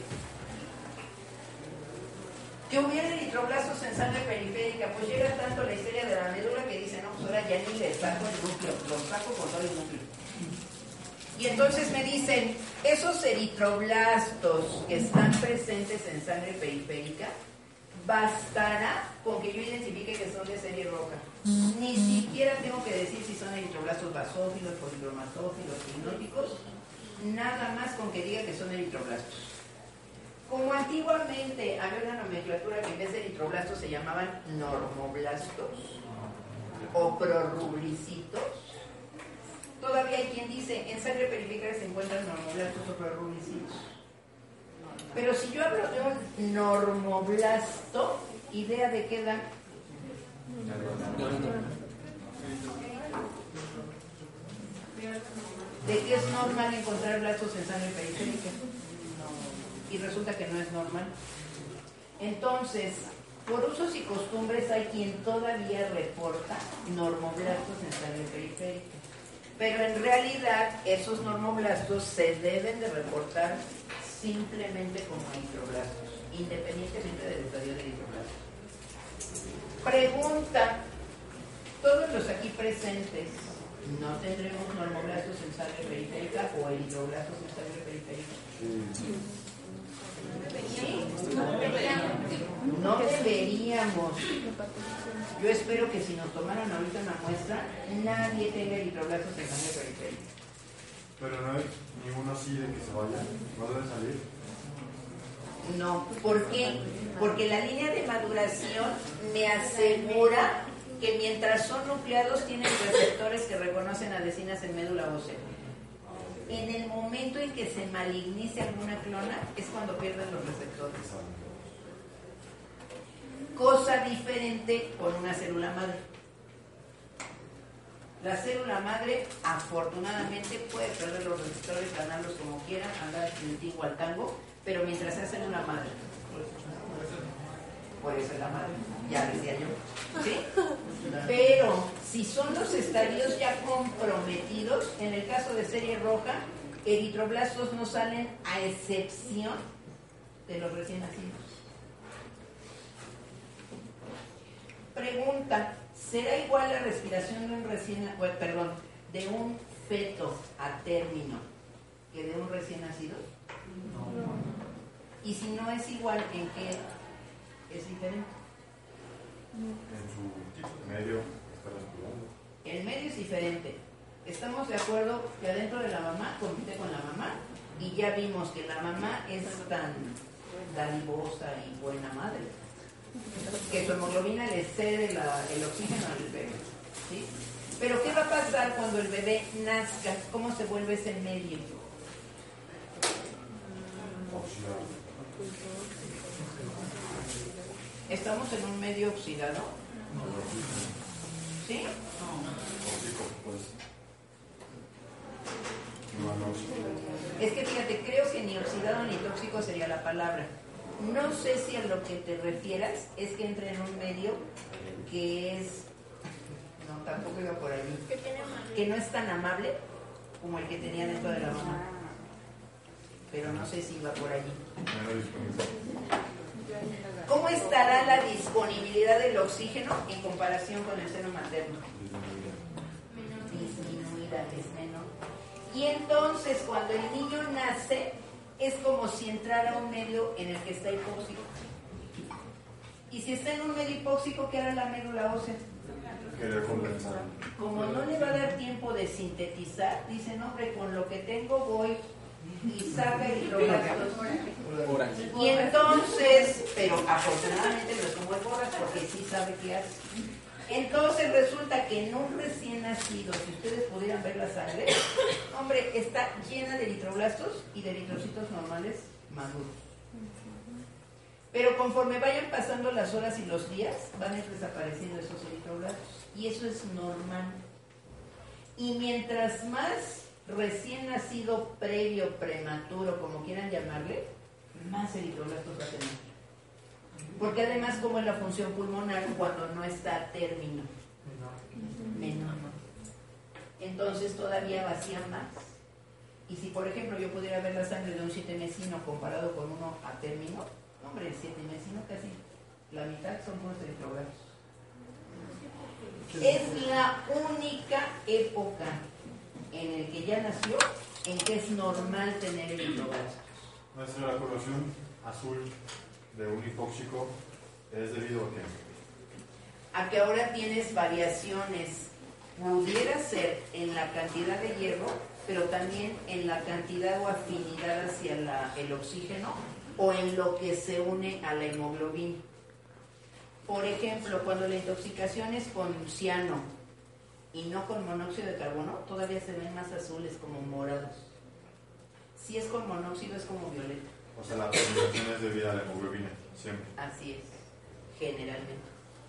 Que hubiera eritroblastos en sangre periférica, pues llega tanto la histeria de la médula que dice, no, pues ahora ya ni le saco el núcleo, los saco con todo el núcleo. Y entonces me dicen, esos eritroblastos que están presentes en sangre periférica, bastará con que yo identifique que son de serie roja. Ni siquiera tengo que decir si son eritroblastos basófilos, policromatófilos, picnóticos, nada más con que diga que son eritroblastos. Como antiguamente había una nomenclatura que en vez de eritroblastos se llamaban normoblastos o prorrubricitos, todavía hay quien dice en sangre periférica se encuentran normoblastos o prorrubricitos. Pero si yo hablo de un normoblasto, ¿idea de qué da? De que es normal encontrar blastos en sangre periférica. Y resulta que no es normal. Entonces, por usos y costumbres hay quien todavía reporta normoblastos en sangre periférica. Pero en realidad esos normoblastos se deben de reportar simplemente como eritroblastos, independientemente del estadio de eritroblastos. Pregunta, todos los aquí presentes, ¿no tendremos normoblastos en sangre periférica o eritroblastos en sangre periférica? ¿Sí? No deberíamos. Yo espero que si nos tomaran ahorita una muestra, nadie tenga eritroblastos en sangre periférica. Pero no hay ninguno así de que se vaya, no debe salir. No, ¿por qué? Porque la línea de maduración me asegura que mientras son nucleados tienen receptores que reconocen adhesinas en médula ósea. En el momento en que se malignice alguna clona es cuando pierden los receptores. Cosa diferente con una célula madre. La célula madre, afortunadamente, puede perder los receptores, ganarlos como quieran, andar del tingo al tango, pero mientras sea célula madre. Por eso es la madre, ya decía yo. ¿Sí? Pero si son los estadios ya comprometidos, en el caso de serie roja, eritroblastos no salen a excepción de los recién nacidos. Pregunta. ¿Será igual la respiración de un de un feto a término que de un recién nacido? Y si no es igual, ¿en qué es diferente? En su medio está respirando. El medio es diferente. Estamos de acuerdo que adentro de la mamá compite con la mamá y ya vimos que la mamá es tan dadivosa y buena madre que su hemoglobina le cede el oxígeno al bebé, ¿sí? Pero ¿qué va a pasar cuando el bebé nazca? ¿Cómo se vuelve ese medio? Oxidado. ¿Estamos en un medio oxidado? ¿Sí? Tóxico, pues. No. Es que fíjate, creo que ni oxidado ni tóxico sería la palabra. No sé si a lo que te refieras es que entre en un medio que es... No, tampoco iba por allí. Que no es tan amable como el que tenía dentro de la mamá. Pero no sé si iba por allí. Menos disponible. ¿Cómo estará la disponibilidad del oxígeno en comparación con el seno materno? Disminuida, es menor. Y entonces cuando el niño nace es como si entrara a un medio en el que está hipóxico. Y si está en un medio hipóxico, ¿qué hará la médula ósea? Querer compensar. Como no le va a dar tiempo de sintetizar, dice, no, hombre, con lo que tengo voy y saca eritroblastos. Y entonces, pero afortunadamente lo tomó el borras porque sí sabe qué hace. Entonces resulta que en un recién nacido, si ustedes pudieran ver la sangre, hombre, está llena de eritroblastos y de eritrocitos normales maduros. Pero conforme vayan pasando las horas y los días, van a ir desapareciendo esos eritroblastos. Y eso es normal. Y mientras más recién nacido, previo, prematuro, como quieran llamarle, más eritroblastos va a tener. Porque además, ¿cómo es la función pulmonar cuando no está a término? Menor. Entonces todavía vacía más. Y si, por ejemplo, yo pudiera ver la sangre de un 7-mesino comparado con uno a término, hombre, el 7-mesino casi la mitad son puros eritroblastos. Es la única época en el que ya nació en que es normal tener eritroblastos. Nuestra coloración azul de un hipóxico es debido a qué? A que ahora tienes variaciones, pudiera ser en la cantidad de hierro, pero también en la cantidad o afinidad hacia el oxígeno o en lo que se une a la hemoglobina. Por ejemplo, cuando la intoxicación es con ciano y no con monóxido de carbono, todavía se ven más azules, como morados. Si es con monóxido, es como violeta. O sea, la fermentación es debida a la hemoglobina, siempre. Así es, generalmente.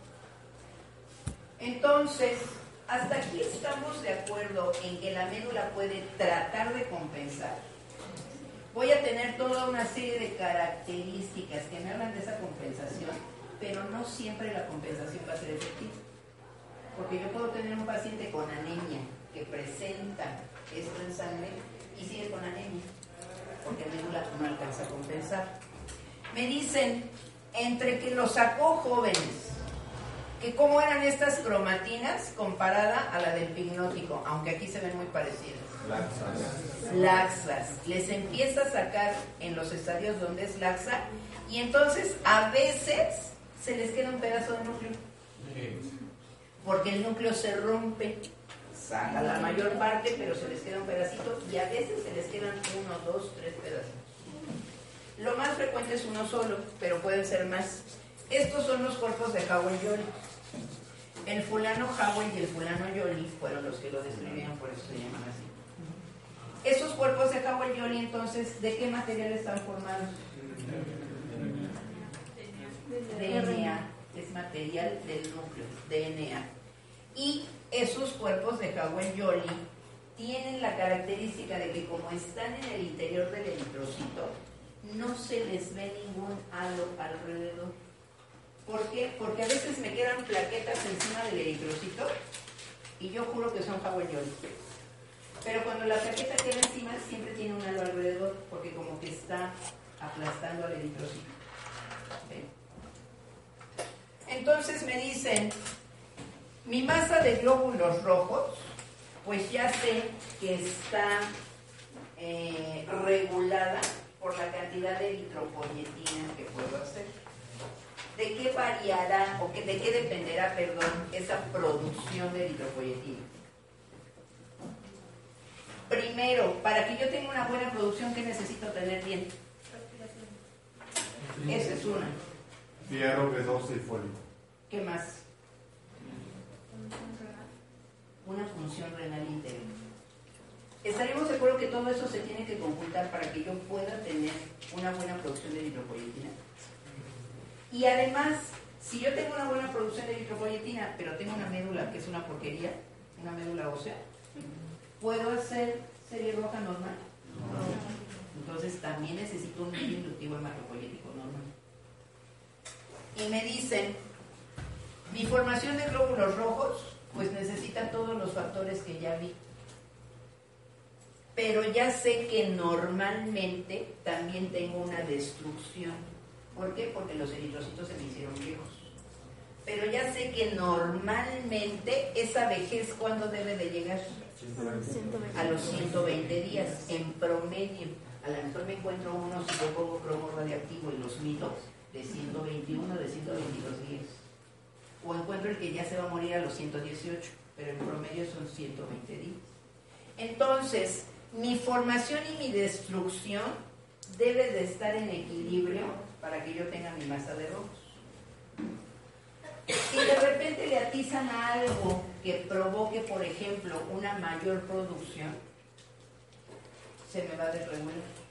Entonces, hasta aquí estamos de acuerdo en que la médula puede tratar de compensar. Voy a tener toda una serie de características que me hablan de esa compensación, pero no siempre la compensación va a ser efectiva. Porque yo puedo tener un paciente con anemia que presenta esto en sangre y sigue con anemia, porque la médula no alcanza a compensar. Me dicen, entre que los sacó jóvenes, que cómo eran estas cromatinas comparada a la del hipnótico, aunque aquí se ven muy parecidas. Laxas. Les empieza a sacar en los estadios donde es laxa y entonces a veces se les queda un pedazo de núcleo. Porque el núcleo se rompe, saca la mayor parte, pero se les queda un pedacito y a veces se les quedan 1, 2, 3 pedazos. Lo más frecuente es uno solo, pero pueden ser más. Estos son los cuerpos de Howell-Jolly. El fulano Howell y el fulano Jolly fueron los que lo describieron, por eso se llaman así. Esos cuerpos de Howell-Jolly, entonces, ¿de qué material están formados? DNA, es material del núcleo, DNA. Y esos cuerpos de Howell-Jolly tienen la característica de que como están en el interior del eritrocito, no se les ve ningún halo alrededor. ¿Por qué? Porque a veces me quedan plaquetas encima del eritrocito y yo juro que son Howell-Jolly. Pero cuando la plaqueta queda encima siempre tiene un halo alrededor porque como que está aplastando al eritrocito. ¿Ven? Entonces me dicen, mi masa de glóbulos rojos pues ya sé que está regulada por la cantidad de eritropoyetina que puedo hacer. ¿De qué variará o de qué dependerá, perdón, esa producción de eritropoyetina? Primero, para que yo tenga una buena producción, ¿qué necesito tener bien? Esa es una. Fierro, B12 y folio. ¿Qué más? Una función renal íntegra. Estaremos de acuerdo que todo eso se tiene que conjuntar para que yo pueda tener una buena producción de eritropoyetina. Y además, si yo tengo una buena producción de eritropoyetina, pero tengo una médula que es una porquería, una médula ósea, ¿puedo hacer serie roja normal? No. Entonces también necesito un medio inductivo hematopoyético normal. Y me dicen, mi formación de glóbulos rojos, pues necesita todos los factores que ya vi. Pero ya sé que normalmente también tengo una destrucción. ¿Por qué? Porque los eritrocitos se me hicieron viejos. Pero ya sé que normalmente esa vejez, ¿cuándo debe de llegar? 120. A los 120 días, en promedio. A lo mejor me encuentro uno, si yo pongo cromo radiactivo y los mitos, de 121, de 122 días. O encuentro el que ya se va a morir a los 118, pero en promedio son 120 días. Entonces, mi formación y mi destrucción debe de estar en equilibrio para que yo tenga mi masa de rojos. Si de repente le atizan a algo que provoque, por ejemplo, una mayor producción, se me va a desregular.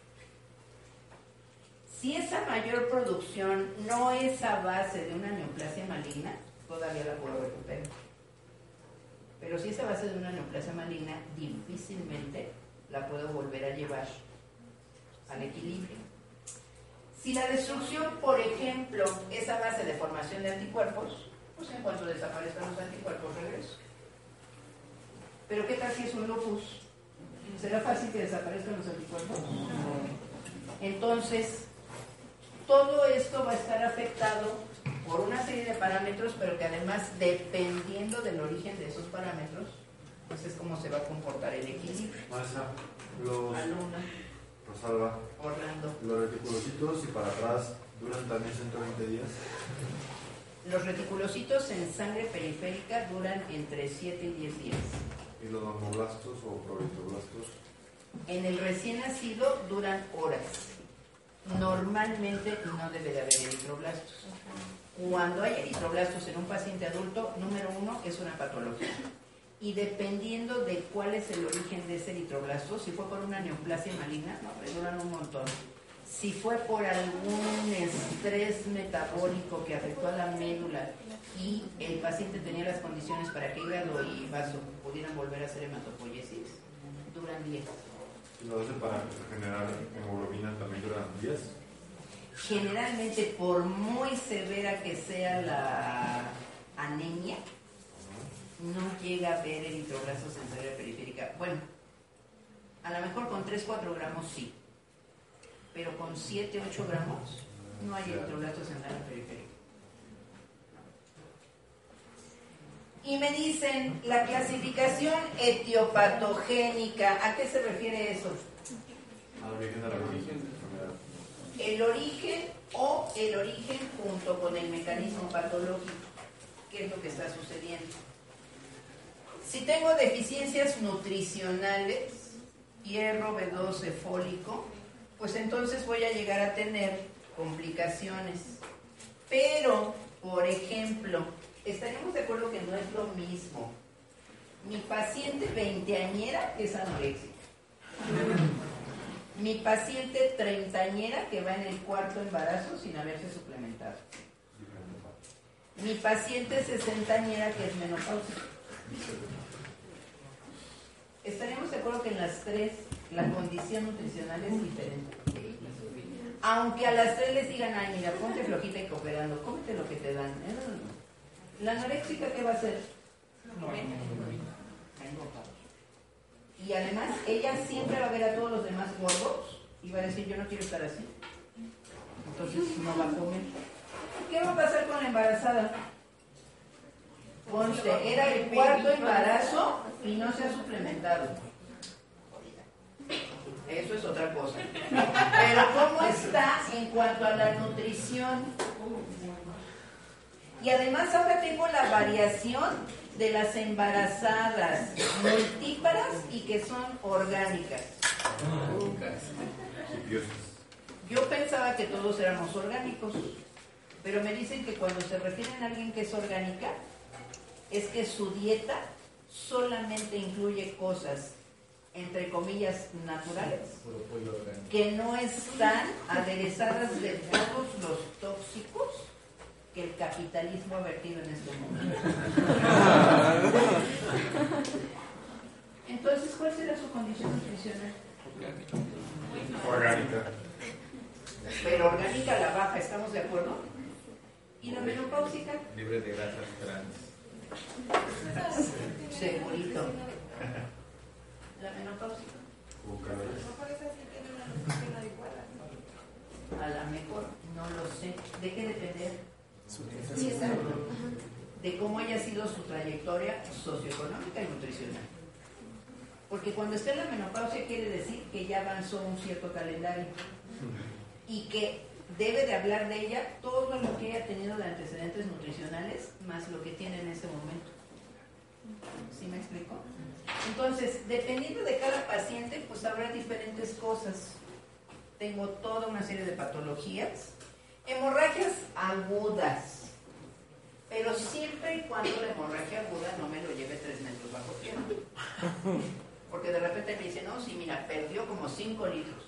Si esa mayor producción no es a base de una neoplasia maligna, todavía la puedo recuperar. Pero si es a base de una neoplasia maligna, difícilmente la puedo volver a llevar al equilibrio. Si la destrucción, por ejemplo, es a base de formación de anticuerpos, pues en cuanto desaparezcan los anticuerpos, regreso. Pero ¿qué tal si es un lupus? ¿Será fácil que desaparezcan los anticuerpos? Entonces, todo esto va a estar afectado por una serie de parámetros, pero que además, dependiendo del origen de esos parámetros, pues es como se va a comportar el equilibrio. Maestra, los... Alumna. Rosalba. Orlando. Los reticulocitos y para atrás duran también 120 días. Los reticulocitos en sangre periférica duran entre 7 y 10 días. ¿Y los normoblastos o proritoblastos? En el recién nacido duran horas. Normalmente no debe de haber eritroblastos. Cuando hay eritroblastos en un paciente adulto, número 1, es una patología. Y dependiendo de cuál es el origen de ese eritroblasto, si fue por una neoplasia maligna, no, duran un montón. Si fue por algún estrés metabólico que afectó a la médula y el paciente tenía las condiciones para que hígado y vaso pudieran volver a hacer hematopoiesis, duran 10. ¿Y lo hacen para generar hemoglobina también duran 10? Generalmente, por muy severa que sea la anemia, no llega a haber eritroblastos en sangre periférica. Bueno, a lo mejor con 3-4 gramos sí, pero con 7-8 gramos no hay eritroblastos en sangre periférica. Y me dicen, la clasificación etiopatogénica, ¿a qué se refiere eso? Al origen de la enfermedad. El origen o el origen junto con el mecanismo patológico. ¿Qué es lo que está sucediendo? Si tengo deficiencias nutricionales, hierro, B12, fólico, pues entonces voy a llegar a tener complicaciones. Pero, por ejemplo, estaríamos de acuerdo que no es lo mismo mi paciente veinteañera que es anoréxica, mi paciente treintañera que va en el cuarto embarazo sin haberse suplementado, mi paciente sesentañera que es menopáusica. Estaríamos de acuerdo que en las tres la condición nutricional es diferente. Aunque a las tres les digan, ay, mira, ponte flojita y cooperando, cómete lo que te dan. La anoréxica, ¿qué va a hacer? Y además, ella siempre va a ver a todos los demás gordos y va a decir, yo no quiero estar así. Entonces no va a comer. ¿Qué va a pasar con la embarazada? Conste, era el cuarto embarazo y no se ha suplementado. Eso es otra cosa. Pero ¿cómo está en cuanto a la nutrición? Y además ahora tengo la variación de las embarazadas multíparas y que son orgánicas. Yo pensaba que todos éramos orgánicos, pero me dicen que cuando se refieren a alguien que es orgánica, es que su dieta solamente incluye cosas, entre comillas, naturales, que no están aderezadas de todos los tóxicos que el capitalismo ha vertido en este momento. Entonces, ¿cuál será su condición nutricional? Orgánica. Pero orgánica la baja, ¿estamos de acuerdo? ¿Y la menopáusica? Libre de grasas trans. Segurito. ¿La menopáusica? A lo mejor, no lo sé. ¿De qué depender? De cómo haya sido su trayectoria socioeconómica y nutricional. Porque cuando esté en la menopausia quiere decir que ya avanzó un cierto calendario y que debe de hablar de ella todo lo que haya tenido de antecedentes nutricionales más lo que tiene en ese momento. ¿Sí me explico? Entonces, dependiendo de cada paciente, pues habrá diferentes cosas. Tengo toda una serie de patologías, hemorragias agudas, pero siempre y cuando la hemorragia aguda no me lo lleve 3 metros bajo tierra. Porque de repente me dicen, no, sí, mira, perdió como 5 litros.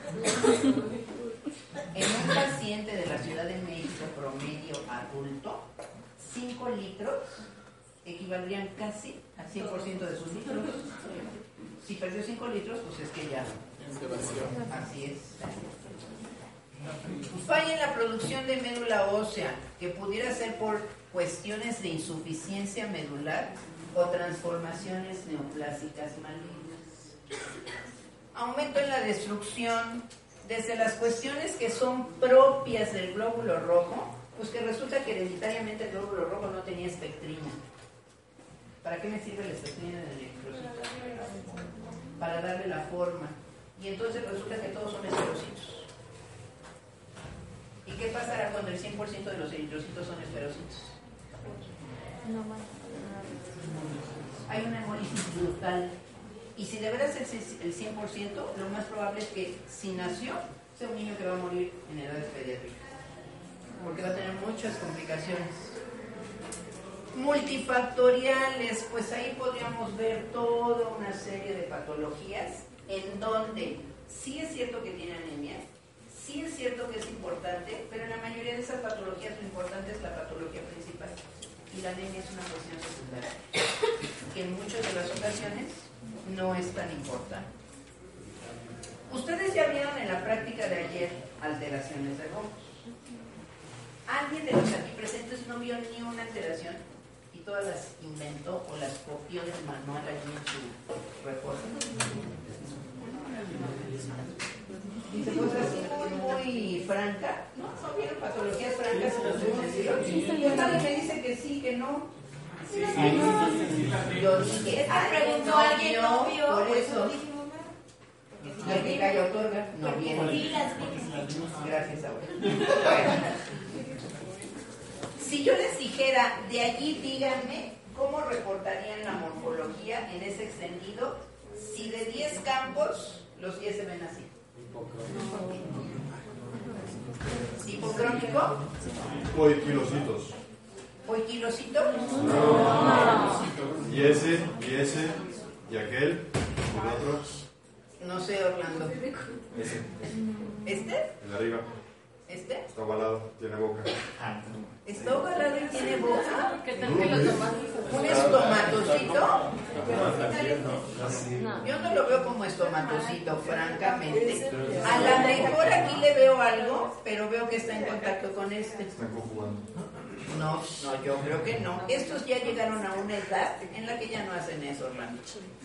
En un paciente de la Ciudad de México promedio adulto, 5 litros equivaldrían casi al 100% de sus litros. Si perdió 5 litros, pues es que ya. Así es. Falla en la producción de médula ósea, que pudiera ser por cuestiones de insuficiencia medular o transformaciones neoplásicas malignas. Aumento en la destrucción, desde las cuestiones que son propias del glóbulo rojo, pues que resulta que hereditariamente el glóbulo rojo no tenía espectrina. ¿Para qué me sirve la espectrina del eritrocito? Para darle la forma. Y entonces resulta que todos son esferocitos. ¿Y qué pasará cuando el 100% de los eritrocitos son esferocitos? Hay una hemólisis brutal. Y si de veras es el 100%, lo más probable es que si nació, sea un niño que va a morir en edades pediátricas. Porque va a tener muchas complicaciones. Multifactoriales, pues ahí podríamos ver toda una serie de patologías en donde sí es cierto que tiene anemia, sí es cierto que es importante, pero en la mayoría de esas patologías lo importante es la patología principal y la anemia es una cuestión secundaria que en muchas de las ocasiones no es tan importante. Ustedes ya vieron en la práctica de ayer alteraciones de ojos. ¿Alguien de los aquí presentes no vio ni una alteración y todas las inventó o las copió del manual allí en su reporte? Y se puede decir muy franca, ¿no vieron patologías francas en los ojos? Y nadie me dice que sí, que no. Yo dije, preguntó alguien, no vio, por eso. Y el que calla otorga, no viene. Gracias, abuela. Bueno. Si yo les dijera, de allí díganme cómo reportarían la morfología en ese extendido, si de 10 campos, los 10 se ven así. ¿Hipocrónico? Poiquilocitos. ¿Poiquilocito? Y ese, y aquel, y el otro. No sé, Orlando. Ese, ¿Este? el de arriba. ¿Este? Está ovalado, tiene boca. ¿Está ovalado y tiene boca? ¿Qué tal que lo tomas? ¿Un estomatocito? Yo no lo veo como estomatocito, francamente. A lo mejor aquí le veo algo, pero veo que está en contacto con este. Están conjugando. No, yo creo que no. Estos ya llegaron a una edad en la que ya no hacen eso, Orlando.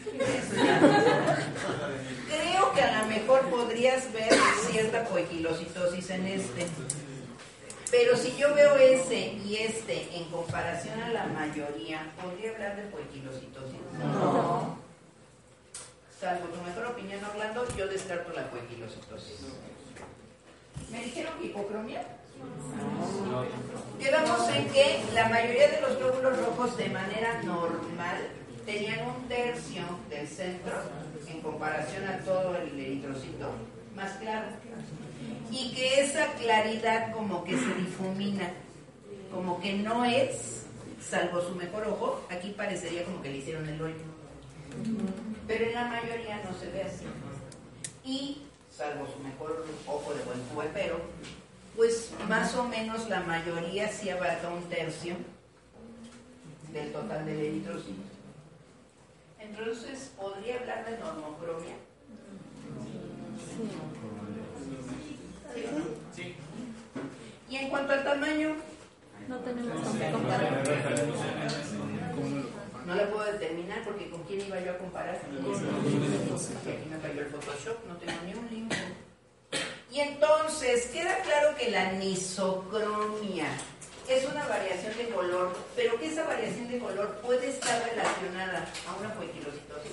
Creo que a lo mejor podrías ver cierta poiquilocitosis en este. Pero si yo veo ese y este en comparación a la mayoría, ¿podría hablar de poiquilocitosis? No. Salvo tu mejor opinión, Orlando, yo descarto la poiquilocitosis. ¿Me dijeron que hipocromia? No. Quedamos en que la mayoría de los glóbulos rojos de manera normal tenían un tercio del centro en comparación a todo el eritrocito más claro. Y que esa claridad como que se difumina, como que no es, salvo su mejor ojo, aquí parecería como que le hicieron el hoyo. Pero en la mayoría no se ve así. Y, salvo su mejor ojo de buen cubepero, pues más o menos la mayoría sí abarca un tercio del total del eritrocito. Entonces, ¿podría hablar de normocromia? Sí. Y en cuanto al tamaño, No tenemos con qué comparar. no la puedo determinar porque ¿con quién iba yo a comparar? Y aquí me falló el Photoshop, no tengo ni un libro. Y entonces queda claro que la anisocromia es una variación de color, pero que esa variación de color puede estar relacionada a una poiquilocitosis.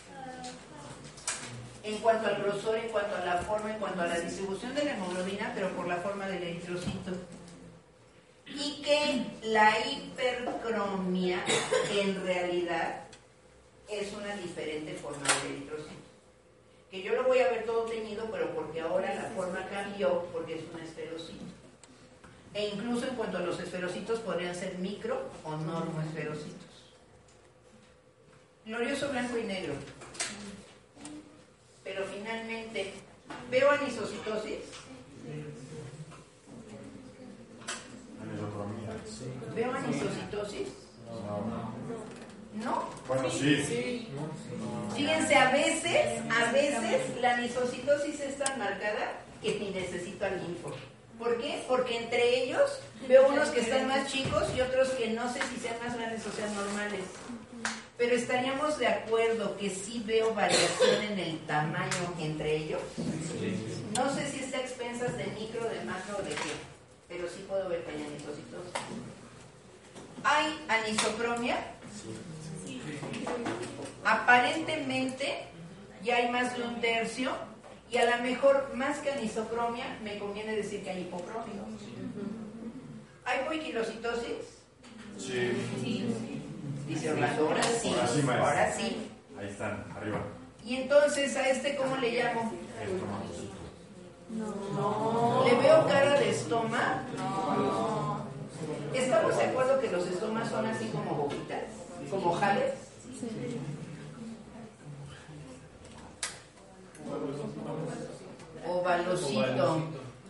En cuanto al grosor, en cuanto a la forma, en cuanto a la distribución de la hemoglobina, pero por la forma del eritrocito. Y que la hipercromia en realidad es una diferente forma del eritrocito. Que yo lo voy a ver todo teñido, pero porque ahora la forma cambió, porque es un esferocito. E incluso en cuanto a los esferocitos podrían ser micro o normoesferocitos. Glorioso blanco y negro. Pero finalmente, ¿veo anisocitosis? ¿Veo anisocitosis? ¿No? Bueno, sí. Fíjense, a veces la anisocitosis es tan marcada que ni necesito al linfo. ¿Por qué? Porque entre ellos veo unos que están más chicos y otros que no sé si sean más grandes o sean normales. Pero estaríamos de acuerdo que sí veo variación en el tamaño entre ellos. No sé si está a expensas de micro, de macro o de qué, pero sí puedo ver que hay anisocitosis. ¿Hay anisocromia? Aparentemente ya hay más de un tercio y a lo mejor más que anisocromia me conviene decir que hay hipocromia. ¿Hay poiquilocitosis? Sí. Dice Orlando, ahora sí, maestra. ahora sí. Ahí están, arriba. Y entonces a este, ¿cómo le llamo? No. ¿Le veo cara de estoma? No. ¿Estamos de acuerdo que los estomas son así como boquitas? ¿Como jales? Sí. Ovalocito.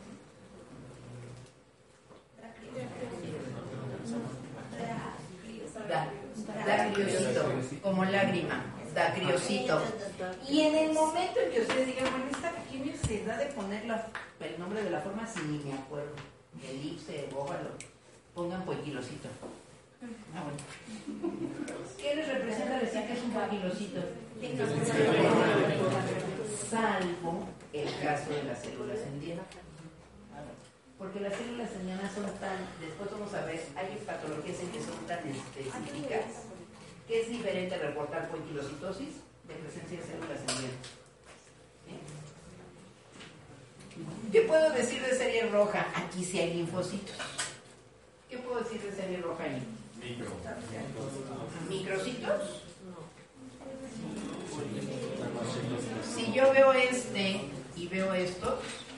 Dacriocito, como lágrima, dacriocito. Y en el momento en que ustedes digan, bueno, esta ¿qué necesidad de poner el nombre de la forma si ni me acuerdo? Elipse, óvalo, pongan poiquilocito. Ah, bueno. ¿Qué les representa decir que es un poiquilocito? Salvo el caso de las células en diana. Porque las células en diana son tan, después vamos a ver, hay patologías en que son tan específicas que es diferente reportar poiquilocitosis de presencia de células en diana. ¿Qué puedo decir de serie roja? Aquí sí hay linfocitos. ¿Qué puedo decir de serie roja ahí? ¿Microcitos? Si yo veo este y veo estos,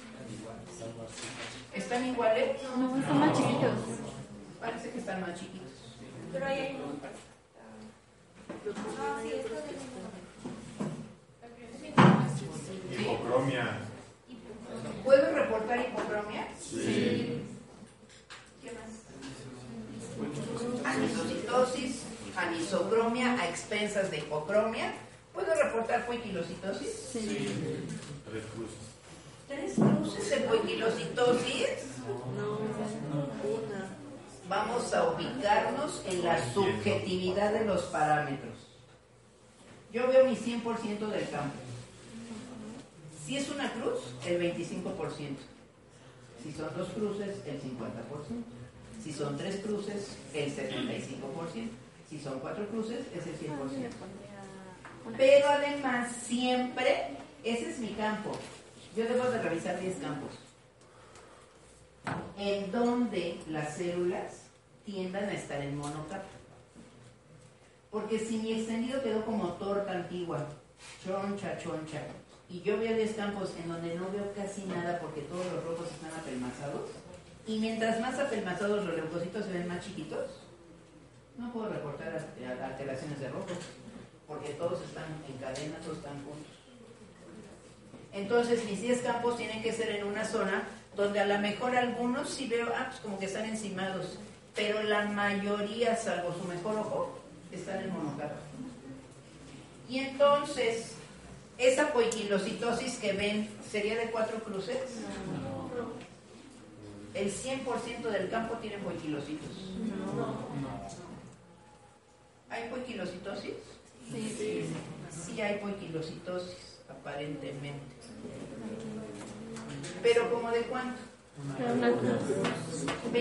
¿están iguales? No, están más chiquitos. Parece que están más chiquitos. Pero ahí hay uno. No, sí, esto de Hipocromia. ¿Puedo reportar hipocromia? Sí. ¿Qué más? Anisocitosis, anisocromia a expensas de hipocromia. ¿Puedo reportar poiquilocitosis? Sí. 3 cruces. 3 cruces de poiquilocitosis. Vamos a ubicarnos en la subjetividad de los parámetros. Yo veo mi 100% del campo. Si es una cruz, el 25%. Si son 2 cruces, el 50%. Si son 3 cruces, el 75%. Si son 4 cruces, es el 100%. Pero además, siempre, ese es mi campo. Yo debo de revisar 10 campos. En donde las células tiendan a estar en monocapa. Porque si mi extendido quedó como torta antigua, choncha, y yo veo 10 campos en donde no veo casi nada porque todos los rojos están apelmazados, y mientras más apelmazados los leucocitos se ven más chiquitos, no puedo reportar alteraciones de rojos, porque todos están en cadena, todos están juntos. Entonces mis 10 campos tienen que ser en una zona donde a lo mejor algunos sí veo, pues como que están encimados, pero la mayoría, salvo su mejor ojo, están en monocapa. Y entonces, esa poiquilocitosis que ven, ¿sería de 4 cruces? No. El 100% del campo tiene poiquilocitos. No. ¿Hay poiquilocitosis? Sí. Sí hay poiquilocitosis, aparentemente. ¿Pero como de cuánto? ¿25%?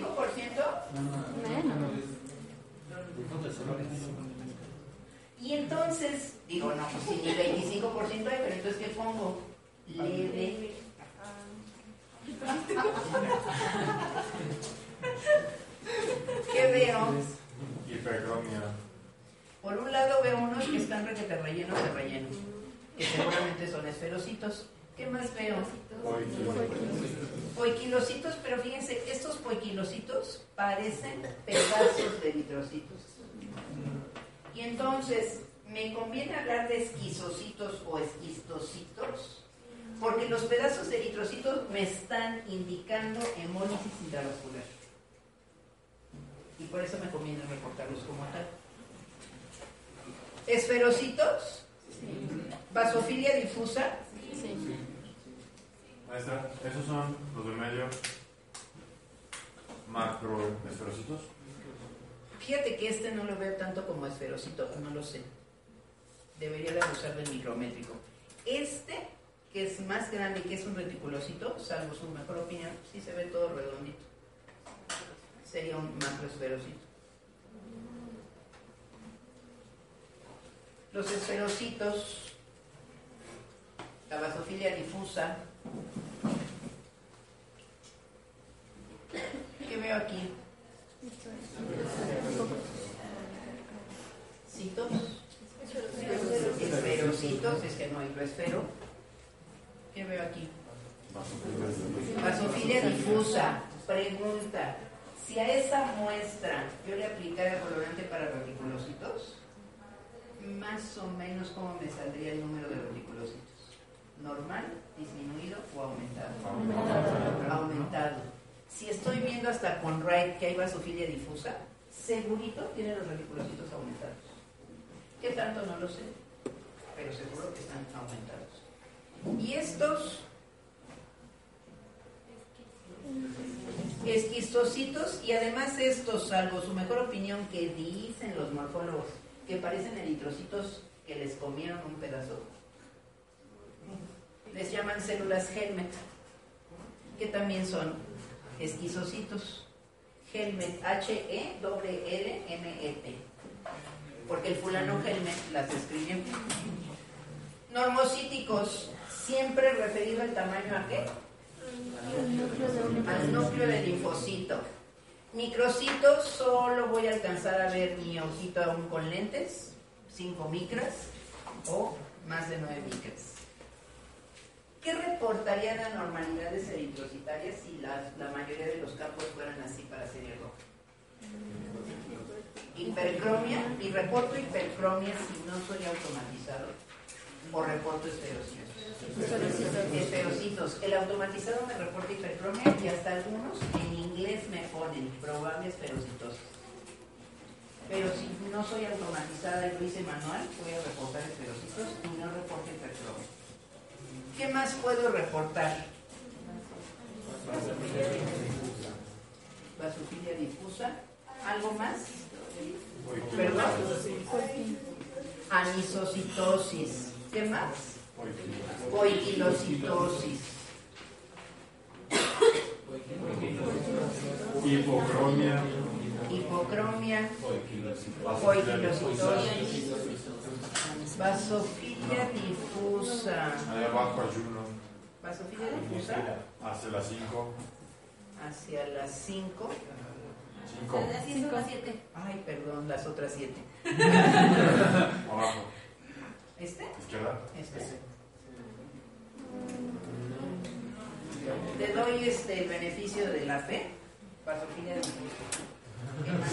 Menos. Y entonces, digo, no, pues si ni 25% hay, pero entonces ¿qué pongo? Leve. ¿Qué veo? Hipercromia. Por un lado veo unos que están requete rellenos de relleno, que seguramente son esferocitos. ¿Qué más veo? Poiquilocitos, pero fíjense, estos poiquilocitos parecen pedazos de eritrocitos. Y entonces, ¿me conviene hablar de esquizocitos o esquistocitos? Porque los pedazos de eritrocitos me están indicando hemólisis intravascular. Y por eso me conviene reportarlos como tal. ¿Esferocitos? Sí. ¿Basofilia difusa? Sí. Maestra, ¿esos son los de medio macroesferocitos? Fíjate que este no lo veo tanto como esferocito, no lo sé. Debería de usar del micrométrico. Este, que es más grande y que es un reticulocito, salvo su mejor opinión, sí se ve todo redondito. Sería un macroesferocito. Los esferocitos, la basofilia difusa. ¿Qué veo aquí? ¿Citos? Esferocitos, es que no hay esfero. ¿Qué veo aquí? Basofilia difusa. Pregunta, si a esa muestra yo le aplicara colorante para reticulocitos, más o menos cómo me saldría el número de reticulocitos. ¿Normal, disminuido o aumentado? Aumentado. Si estoy viendo hasta con Wright que hay basofilia difusa, segurito tiene los reticulocitos aumentados. ¿Qué tanto? No lo sé, pero seguro que están aumentados. Y estos esquistocitos, y además estos, salvo su mejor opinión, que dicen los morfólogos, que parecen eritrocitos que les comieron un pedazo, les llaman células Helmet, que también son esquizocitos. Helmet, H-E-L-L-M-E-T, porque el fulano Helmet las escribió. Normocíticos, siempre referido al tamaño ¿a qué? Al núcleo del linfocito. Microcitos, solo voy a alcanzar a ver mi ojito aún con lentes, 5 micras o más de 9 micras. ¿Qué reportarían anormalidades eritrocitarias si la mayoría de los campos fueran así para serie roja? Hipercromia, y reporto hipercromia si no soy automatizado, o reporto esferocitos. Esferocitos. El automatizado me reporta hipercromia y hasta algunos en inglés me ponen probable esferocitosis. Pero si no soy automatizada y lo hice manual, voy a reportar esferocitos y no reporto hipercromia. ¿Qué más puedo reportar? Basofilia difusa. ¿Algo más? ¿Perdón? Anisocitosis. ¿Qué más? Poiquilocitosis. Hipocromia. Hipocromia, Poiquilocitosis. vasofilia difusa. Ahí abajo ayuno. Vasofilia difusa Hacia las 5. hacia las 5. 5. Las 5 a 7. Ay, perdón, las otras 7. Abajo. ¿Este? Izquierda. Este. Te doy el beneficio de la fe. Vasofilia difusa. ¿Qué más?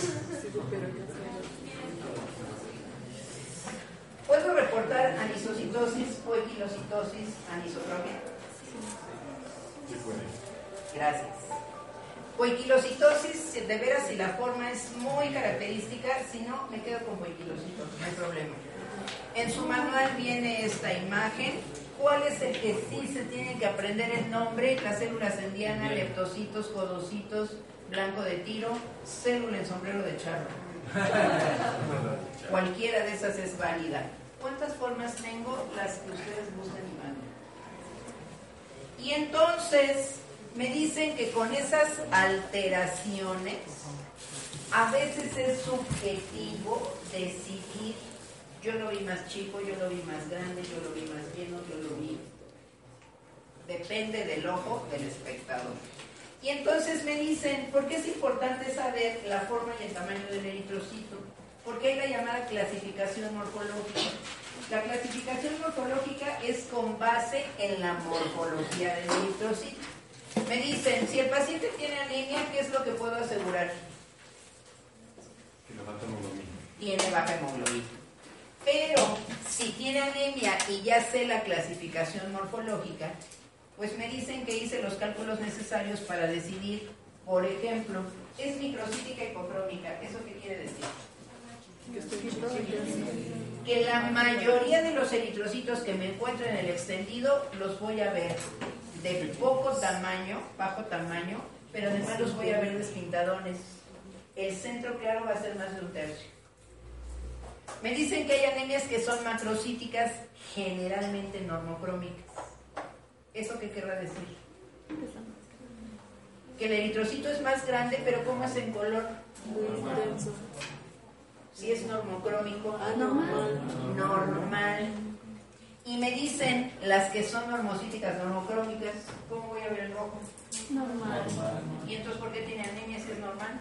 ¿Puedo reportar anisocitosis, poiquilocitosis, anisotropia? Sí, puede. Gracias. Poiquilocitosis, de veras, si la forma es muy característica, si no, me quedo con poiquilocitosis, no hay problema. En su manual viene esta imagen. ¿Cuál es el que sí se tiene que aprender el nombre? Las células en diana, leptocitos, codocitos, blanco de tiro, célula en sombrero de charro. Cualquiera de esas es válida. ¿Cuántas formas tengo? Las que ustedes gusten y manden. Y entonces me dicen que con esas alteraciones a veces es subjetivo decidir. Yo lo vi más chico, yo lo vi más grande, yo lo vi más lleno, yo lo vi. Depende del ojo del espectador. Y entonces me dicen, ¿por qué es importante saber la forma y el tamaño del eritrocito? Porque hay la llamada clasificación morfológica. La clasificación morfológica es con base en la morfología del eritrocito. Me dicen, si el paciente tiene anemia, ¿qué es lo que puedo asegurar? Que le falta hemoglobina. Tiene baja hemoglobina. Pero si tiene anemia y ya sé la clasificación morfológica, pues me dicen que hice los cálculos necesarios para decidir, por ejemplo, ¿es microcítica hipocrómica? ¿Eso qué quiere decir? Que la mayoría de los eritrocitos que me encuentro en el extendido los voy a ver de poco tamaño, bajo tamaño, pero además los voy a ver despintadones. El centro claro va a ser más de un tercio. Me dicen que hay anemias que son macrocíticas, generalmente normocrómicas. ¿Eso qué querrá decir? Que el eritrocito es más grande, pero ¿cómo es en color? Si es normocrómico, normal. Y me dicen las que son normocíticas, normocrómicas, ¿cómo voy a ver el rojo? Normal. ¿Y entonces por qué tiene anemia si es normal?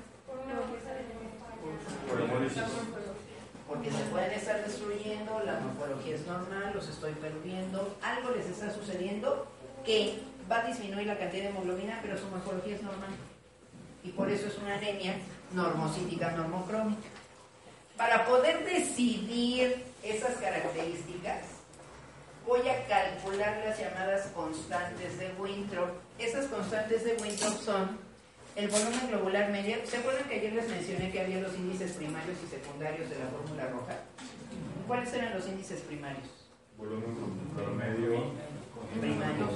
Por hemólisis. Porque se pueden estar destruyendo, la morfología es normal, los estoy perdiendo, algo les está sucediendo que va a disminuir la cantidad de hemoglobina, pero su morfología es normal. Y por eso es una anemia normocítica, normocrómica. Para poder decidir esas características, voy a calcular las llamadas constantes de Winthrop. Esas constantes de Winthrop son el volumen globular medio. ¿Se acuerdan que ayer les mencioné que había los índices primarios y secundarios de la fórmula roja? ¿Cuáles eran los índices primarios? Volumen promedio. Primarios.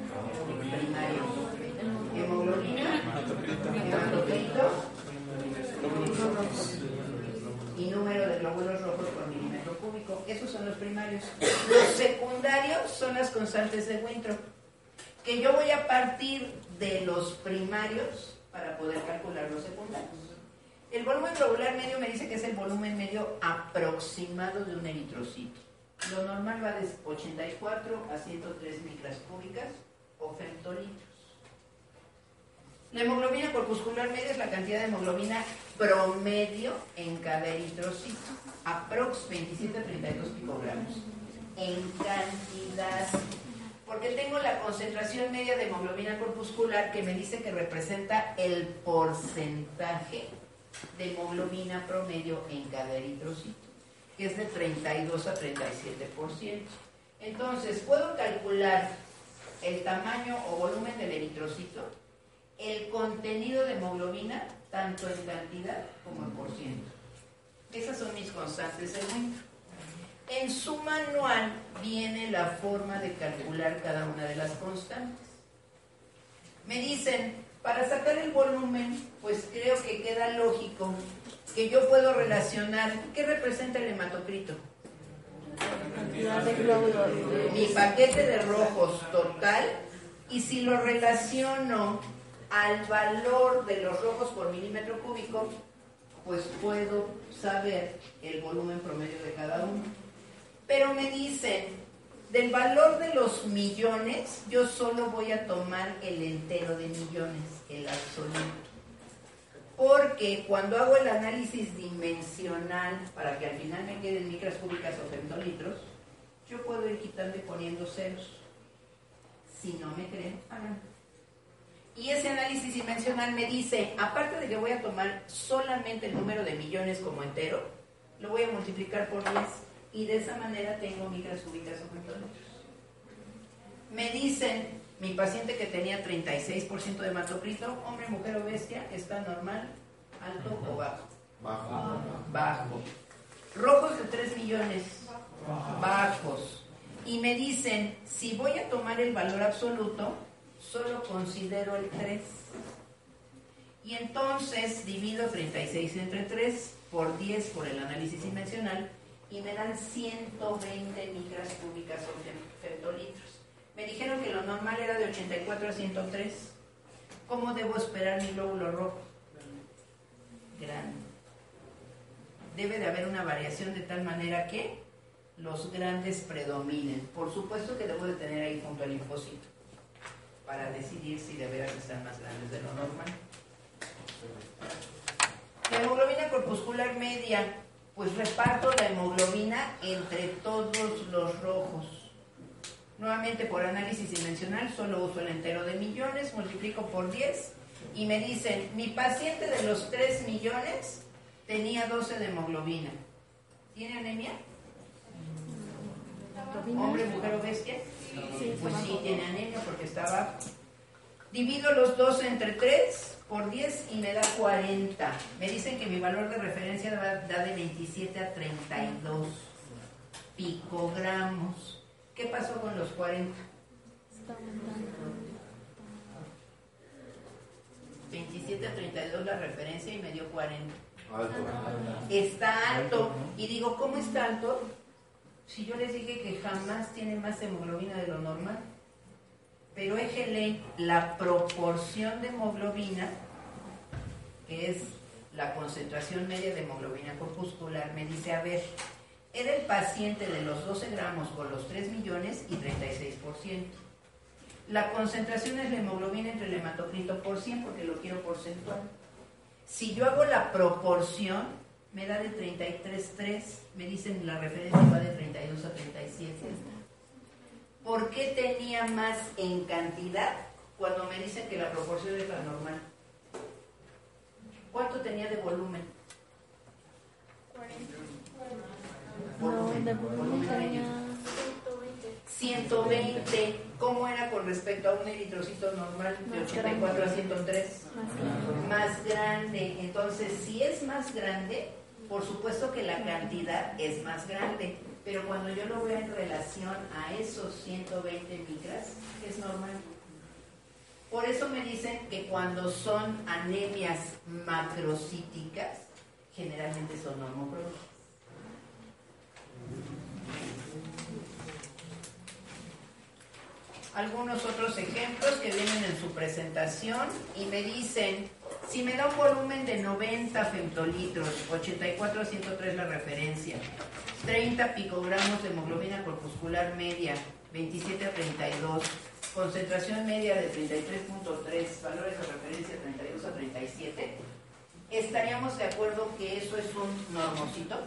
Hemoglobina, hematocrito y número de glóbulos rojos por milímetro cúbico. Esos son los primarios. Los secundarios son las constantes de Winthrop, que yo voy a partir de los primarios para poder calcular los secundarios. El volumen globular medio me dice que es el volumen medio aproximado de un eritrocito. Lo normal va de 84 a 103 micras cúbicas o femtolitros. La hemoglobina corpuscular media es la cantidad de hemoglobina promedio en cada eritrocito, aprox 27 a 32 picogramos. En cantidad, porque tengo la concentración media de hemoglobina corpuscular que me dice que representa el porcentaje de hemoglobina promedio en cada eritrocito, que es de 32 a 37%. Entonces, puedo calcular el tamaño o volumen del eritrocito, el contenido de hemoglobina, tanto en cantidad como en por ciento. Esas son mis constantes de Winthrop. En su manual viene la forma de calcular cada una de las constantes. Me dicen, para sacar el volumen, pues creo que queda lógico que yo puedo relacionar, ¿qué representa el hematocrito? Mi paquete de rojos total, y si lo relaciono al valor de los rojos por milímetro cúbico, pues puedo saber el volumen promedio de cada uno. Pero me dicen, del valor de los millones, yo solo voy a tomar el entero de millones, el absoluto. Porque cuando hago el análisis dimensional, para que al final me queden micras cúbicas o femtolitros, yo puedo ir quitando y poniendo ceros. Si no me creen, hagan. Y ese análisis dimensional me dice, aparte de que voy a tomar solamente el número de millones como entero, lo voy a multiplicar por 10 y de esa manera tengo micras cúbicas o femtolitros. Me dicen, mi paciente que tenía 36% de hematocrito, hombre, mujer o bestia, ¿está normal, alto o bajo? Bajo. Bajo. Rojos de 3 millones, bajos. Y me dicen, si voy a tomar el valor absoluto, solo considero el 3. Y entonces divido 36 entre 3 por 10 por el análisis dimensional y me dan 120 micras cúbicas o femtolitros. Me dijeron que lo normal era de 84 a 103. ¿Cómo debo esperar mi glóbulo rojo? Grande. Debe de haber una variación de tal manera que los grandes predominen. Por supuesto que debo de tener ahí junto al linfocito para decidir si de veras están más grandes de lo normal. La hemoglobina corpuscular media, pues reparto la hemoglobina entre todos los rojos. Nuevamente por análisis dimensional solo uso el entero de millones, multiplico por 10 y me dicen, mi paciente de los 3 millones tenía 12 de hemoglobina. ¿Tiene anemia? ¿Hombre, mujer o bestia? Pues sí, tiene anemia porque está abajo. Divido los 12 entre 3 por 10 y me da 40. Me dicen que mi valor de referencia da de 27 a 32 picogramos. ¿Qué pasó con los 40? Está aumentando. 27 a 32 la referencia y me dio 40. Alto. Está alto. Y digo, ¿cómo está alto? Si yo les dije que jamás tiene más hemoglobina de lo normal. Pero éjele la proporción de hemoglobina, que es la concentración media de hemoglobina corpuscular, me dice, a ver, era el paciente de los 12 gramos por los 3 millones y 36%. La concentración es la hemoglobina entre el hematocrito por 100 porque lo quiero porcentual. Si yo hago la proporción, me da de 33,3. Me dicen la referencia va de 32 a 37. ¿Por qué tenía más en cantidad cuando me dicen que la proporción es la normal? ¿Cuánto tenía de volumen? 40. No, de volumen tenía 120. ¿Cómo era con respecto a un eritrocito normal de 84 a 103? Más grande. Entonces, si es más grande, por supuesto que la cantidad es más grande. Pero cuando yo lo veo en relación a esos 120 micras, es normal. Por eso me dicen que cuando son anemias macrocíticas, generalmente son normocrónicas. Algunos otros ejemplos que vienen en su presentación y me dicen, si me da un volumen de 90 femtolitros, 84 a 103 la referencia, 30 picogramos de hemoglobina corpuscular media, 27 a 32, concentración media de 33.3, valores de referencia 32 a 37, ¿estaríamos de acuerdo que eso es un normocito?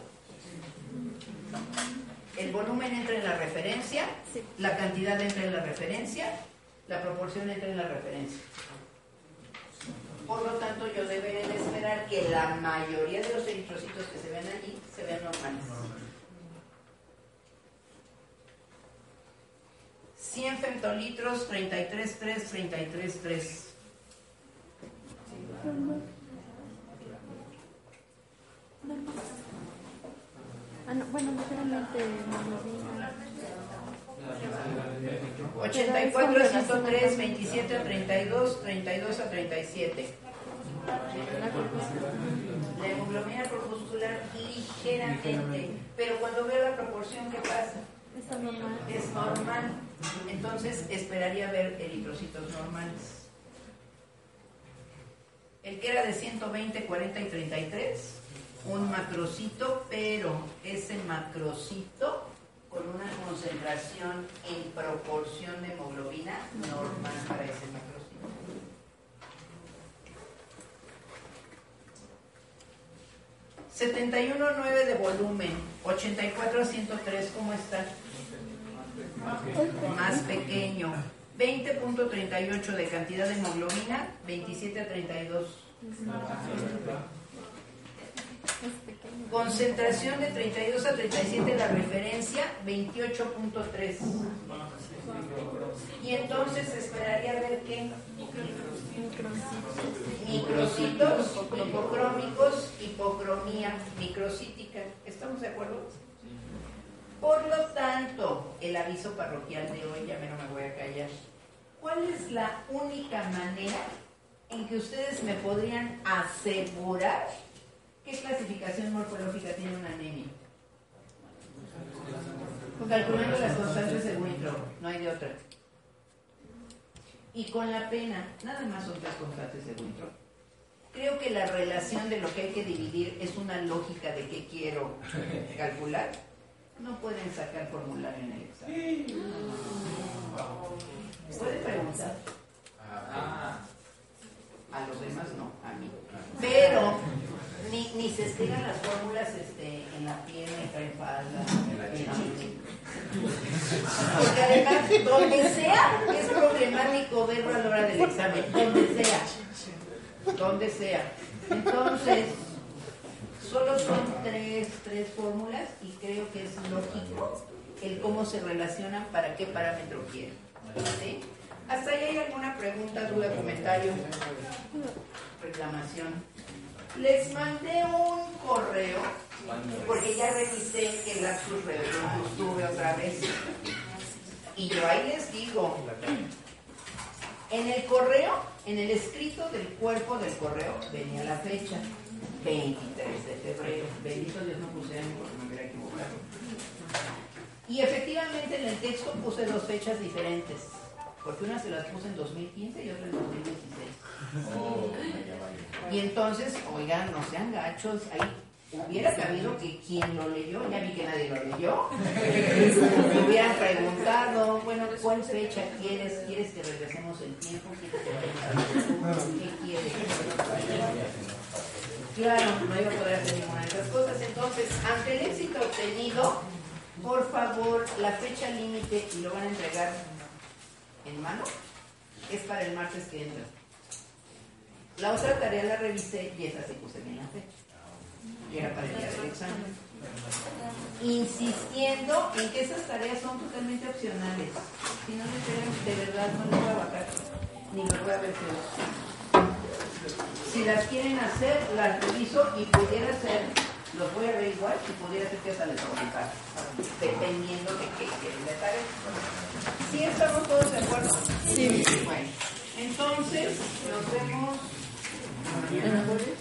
El volumen entra en la referencia, Sí. la cantidad entra en la referencia, la proporción entra en la referencia. Por lo tanto, yo debería de esperar que la mayoría de los eritrocitos que se ven allí se vean normales. 100 femtolitros, 33,3, 33,3. Ah, no, bueno, ligeramente hemoglobina. 84 a 103, 27 a 32, 32 a 37. La hemoglobina corpuscular ligeramente, pero cuando veo la proporción, ¿qué pasa? Está normal. Es normal. Entonces esperaría ver eritrocitos normales. El que era de 120, 40 y 33, un macrocito, pero ese macrocito con una concentración en proporción de hemoglobina normal para ese macrocito. $71.9 de volumen, 84 a 103, ¿cómo está? Más pequeño. 20.38 de cantidad de hemoglobina, 27 a 32. Concentración de 32 a 37 la referencia, 28.3. Y entonces esperaría ver qué microcitos, hipocrómicos, hipocromía microcítica. ¿Estamos de acuerdo? Por lo tanto, el aviso parroquial de hoy, ya no me voy a callar. ¿Cuál es la única manera en que ustedes me podrían asegurar qué clasificación morfológica tiene una anemia? Calculando las constantes de Winthrop, no hay de otra. Y con la pena, nada más son 3 constantes de Winthrop. Creo que la relación de lo que hay que dividir es una lógica de qué quiero calcular. No pueden sacar formulario en el examen. Puede preguntar. A los demás no, a mí. Pero ni se escriban las fórmulas en la pierna, en falda, porque además, donde sea, es problemático verlo a la hora del examen. Donde sea. Entonces, solo son tres fórmulas y creo que es lógico el cómo se relacionan para qué parámetro quieren. ¿Sí? ¿Hasta ahí hay alguna pregunta, duda, comentario, reclamación? Les mandé un correo porque ya revisé que el lapsus revelosus tuve otra vez. Y yo ahí les digo, en el correo, en el escrito del cuerpo del correo, venía la fecha, 23 de febrero. Bendito Dios, no puse año porque me hubiera equivocado. Y efectivamente en el texto puse 2 fechas diferentes, porque una se las puse en 2015 y otra en 2016. Y entonces, oigan, no sean gachos, ahí hubiera cabido que quien lo leyó, ya vi que nadie lo leyó, me hubieran preguntado, bueno, ¿cuál fecha quieres? ¿Quieres que regresemos el tiempo? ¿Qué quieres? Claro, no iba a poder hacer ninguna de esas cosas. Entonces, ante el éxito obtenido, por favor, la fecha límite, y lo van a entregar en mano, es para el martes que entra. La otra tarea la revisé y esa sí puse bien la fecha. Y era para el día del examen. Insistiendo en que esas tareas son totalmente opcionales. Si no me entregan, de verdad no les voy a bajar, ni los voy a ver peor. Si las quieren hacer, las reviso y pudiera ser, los voy a ver igual y pudiera ser que hasta les aumentar, dependiendo de qué quieren de tarea. ¿Sí estamos todos de acuerdo? Sí. Bueno, entonces nos vemos mañana jueves.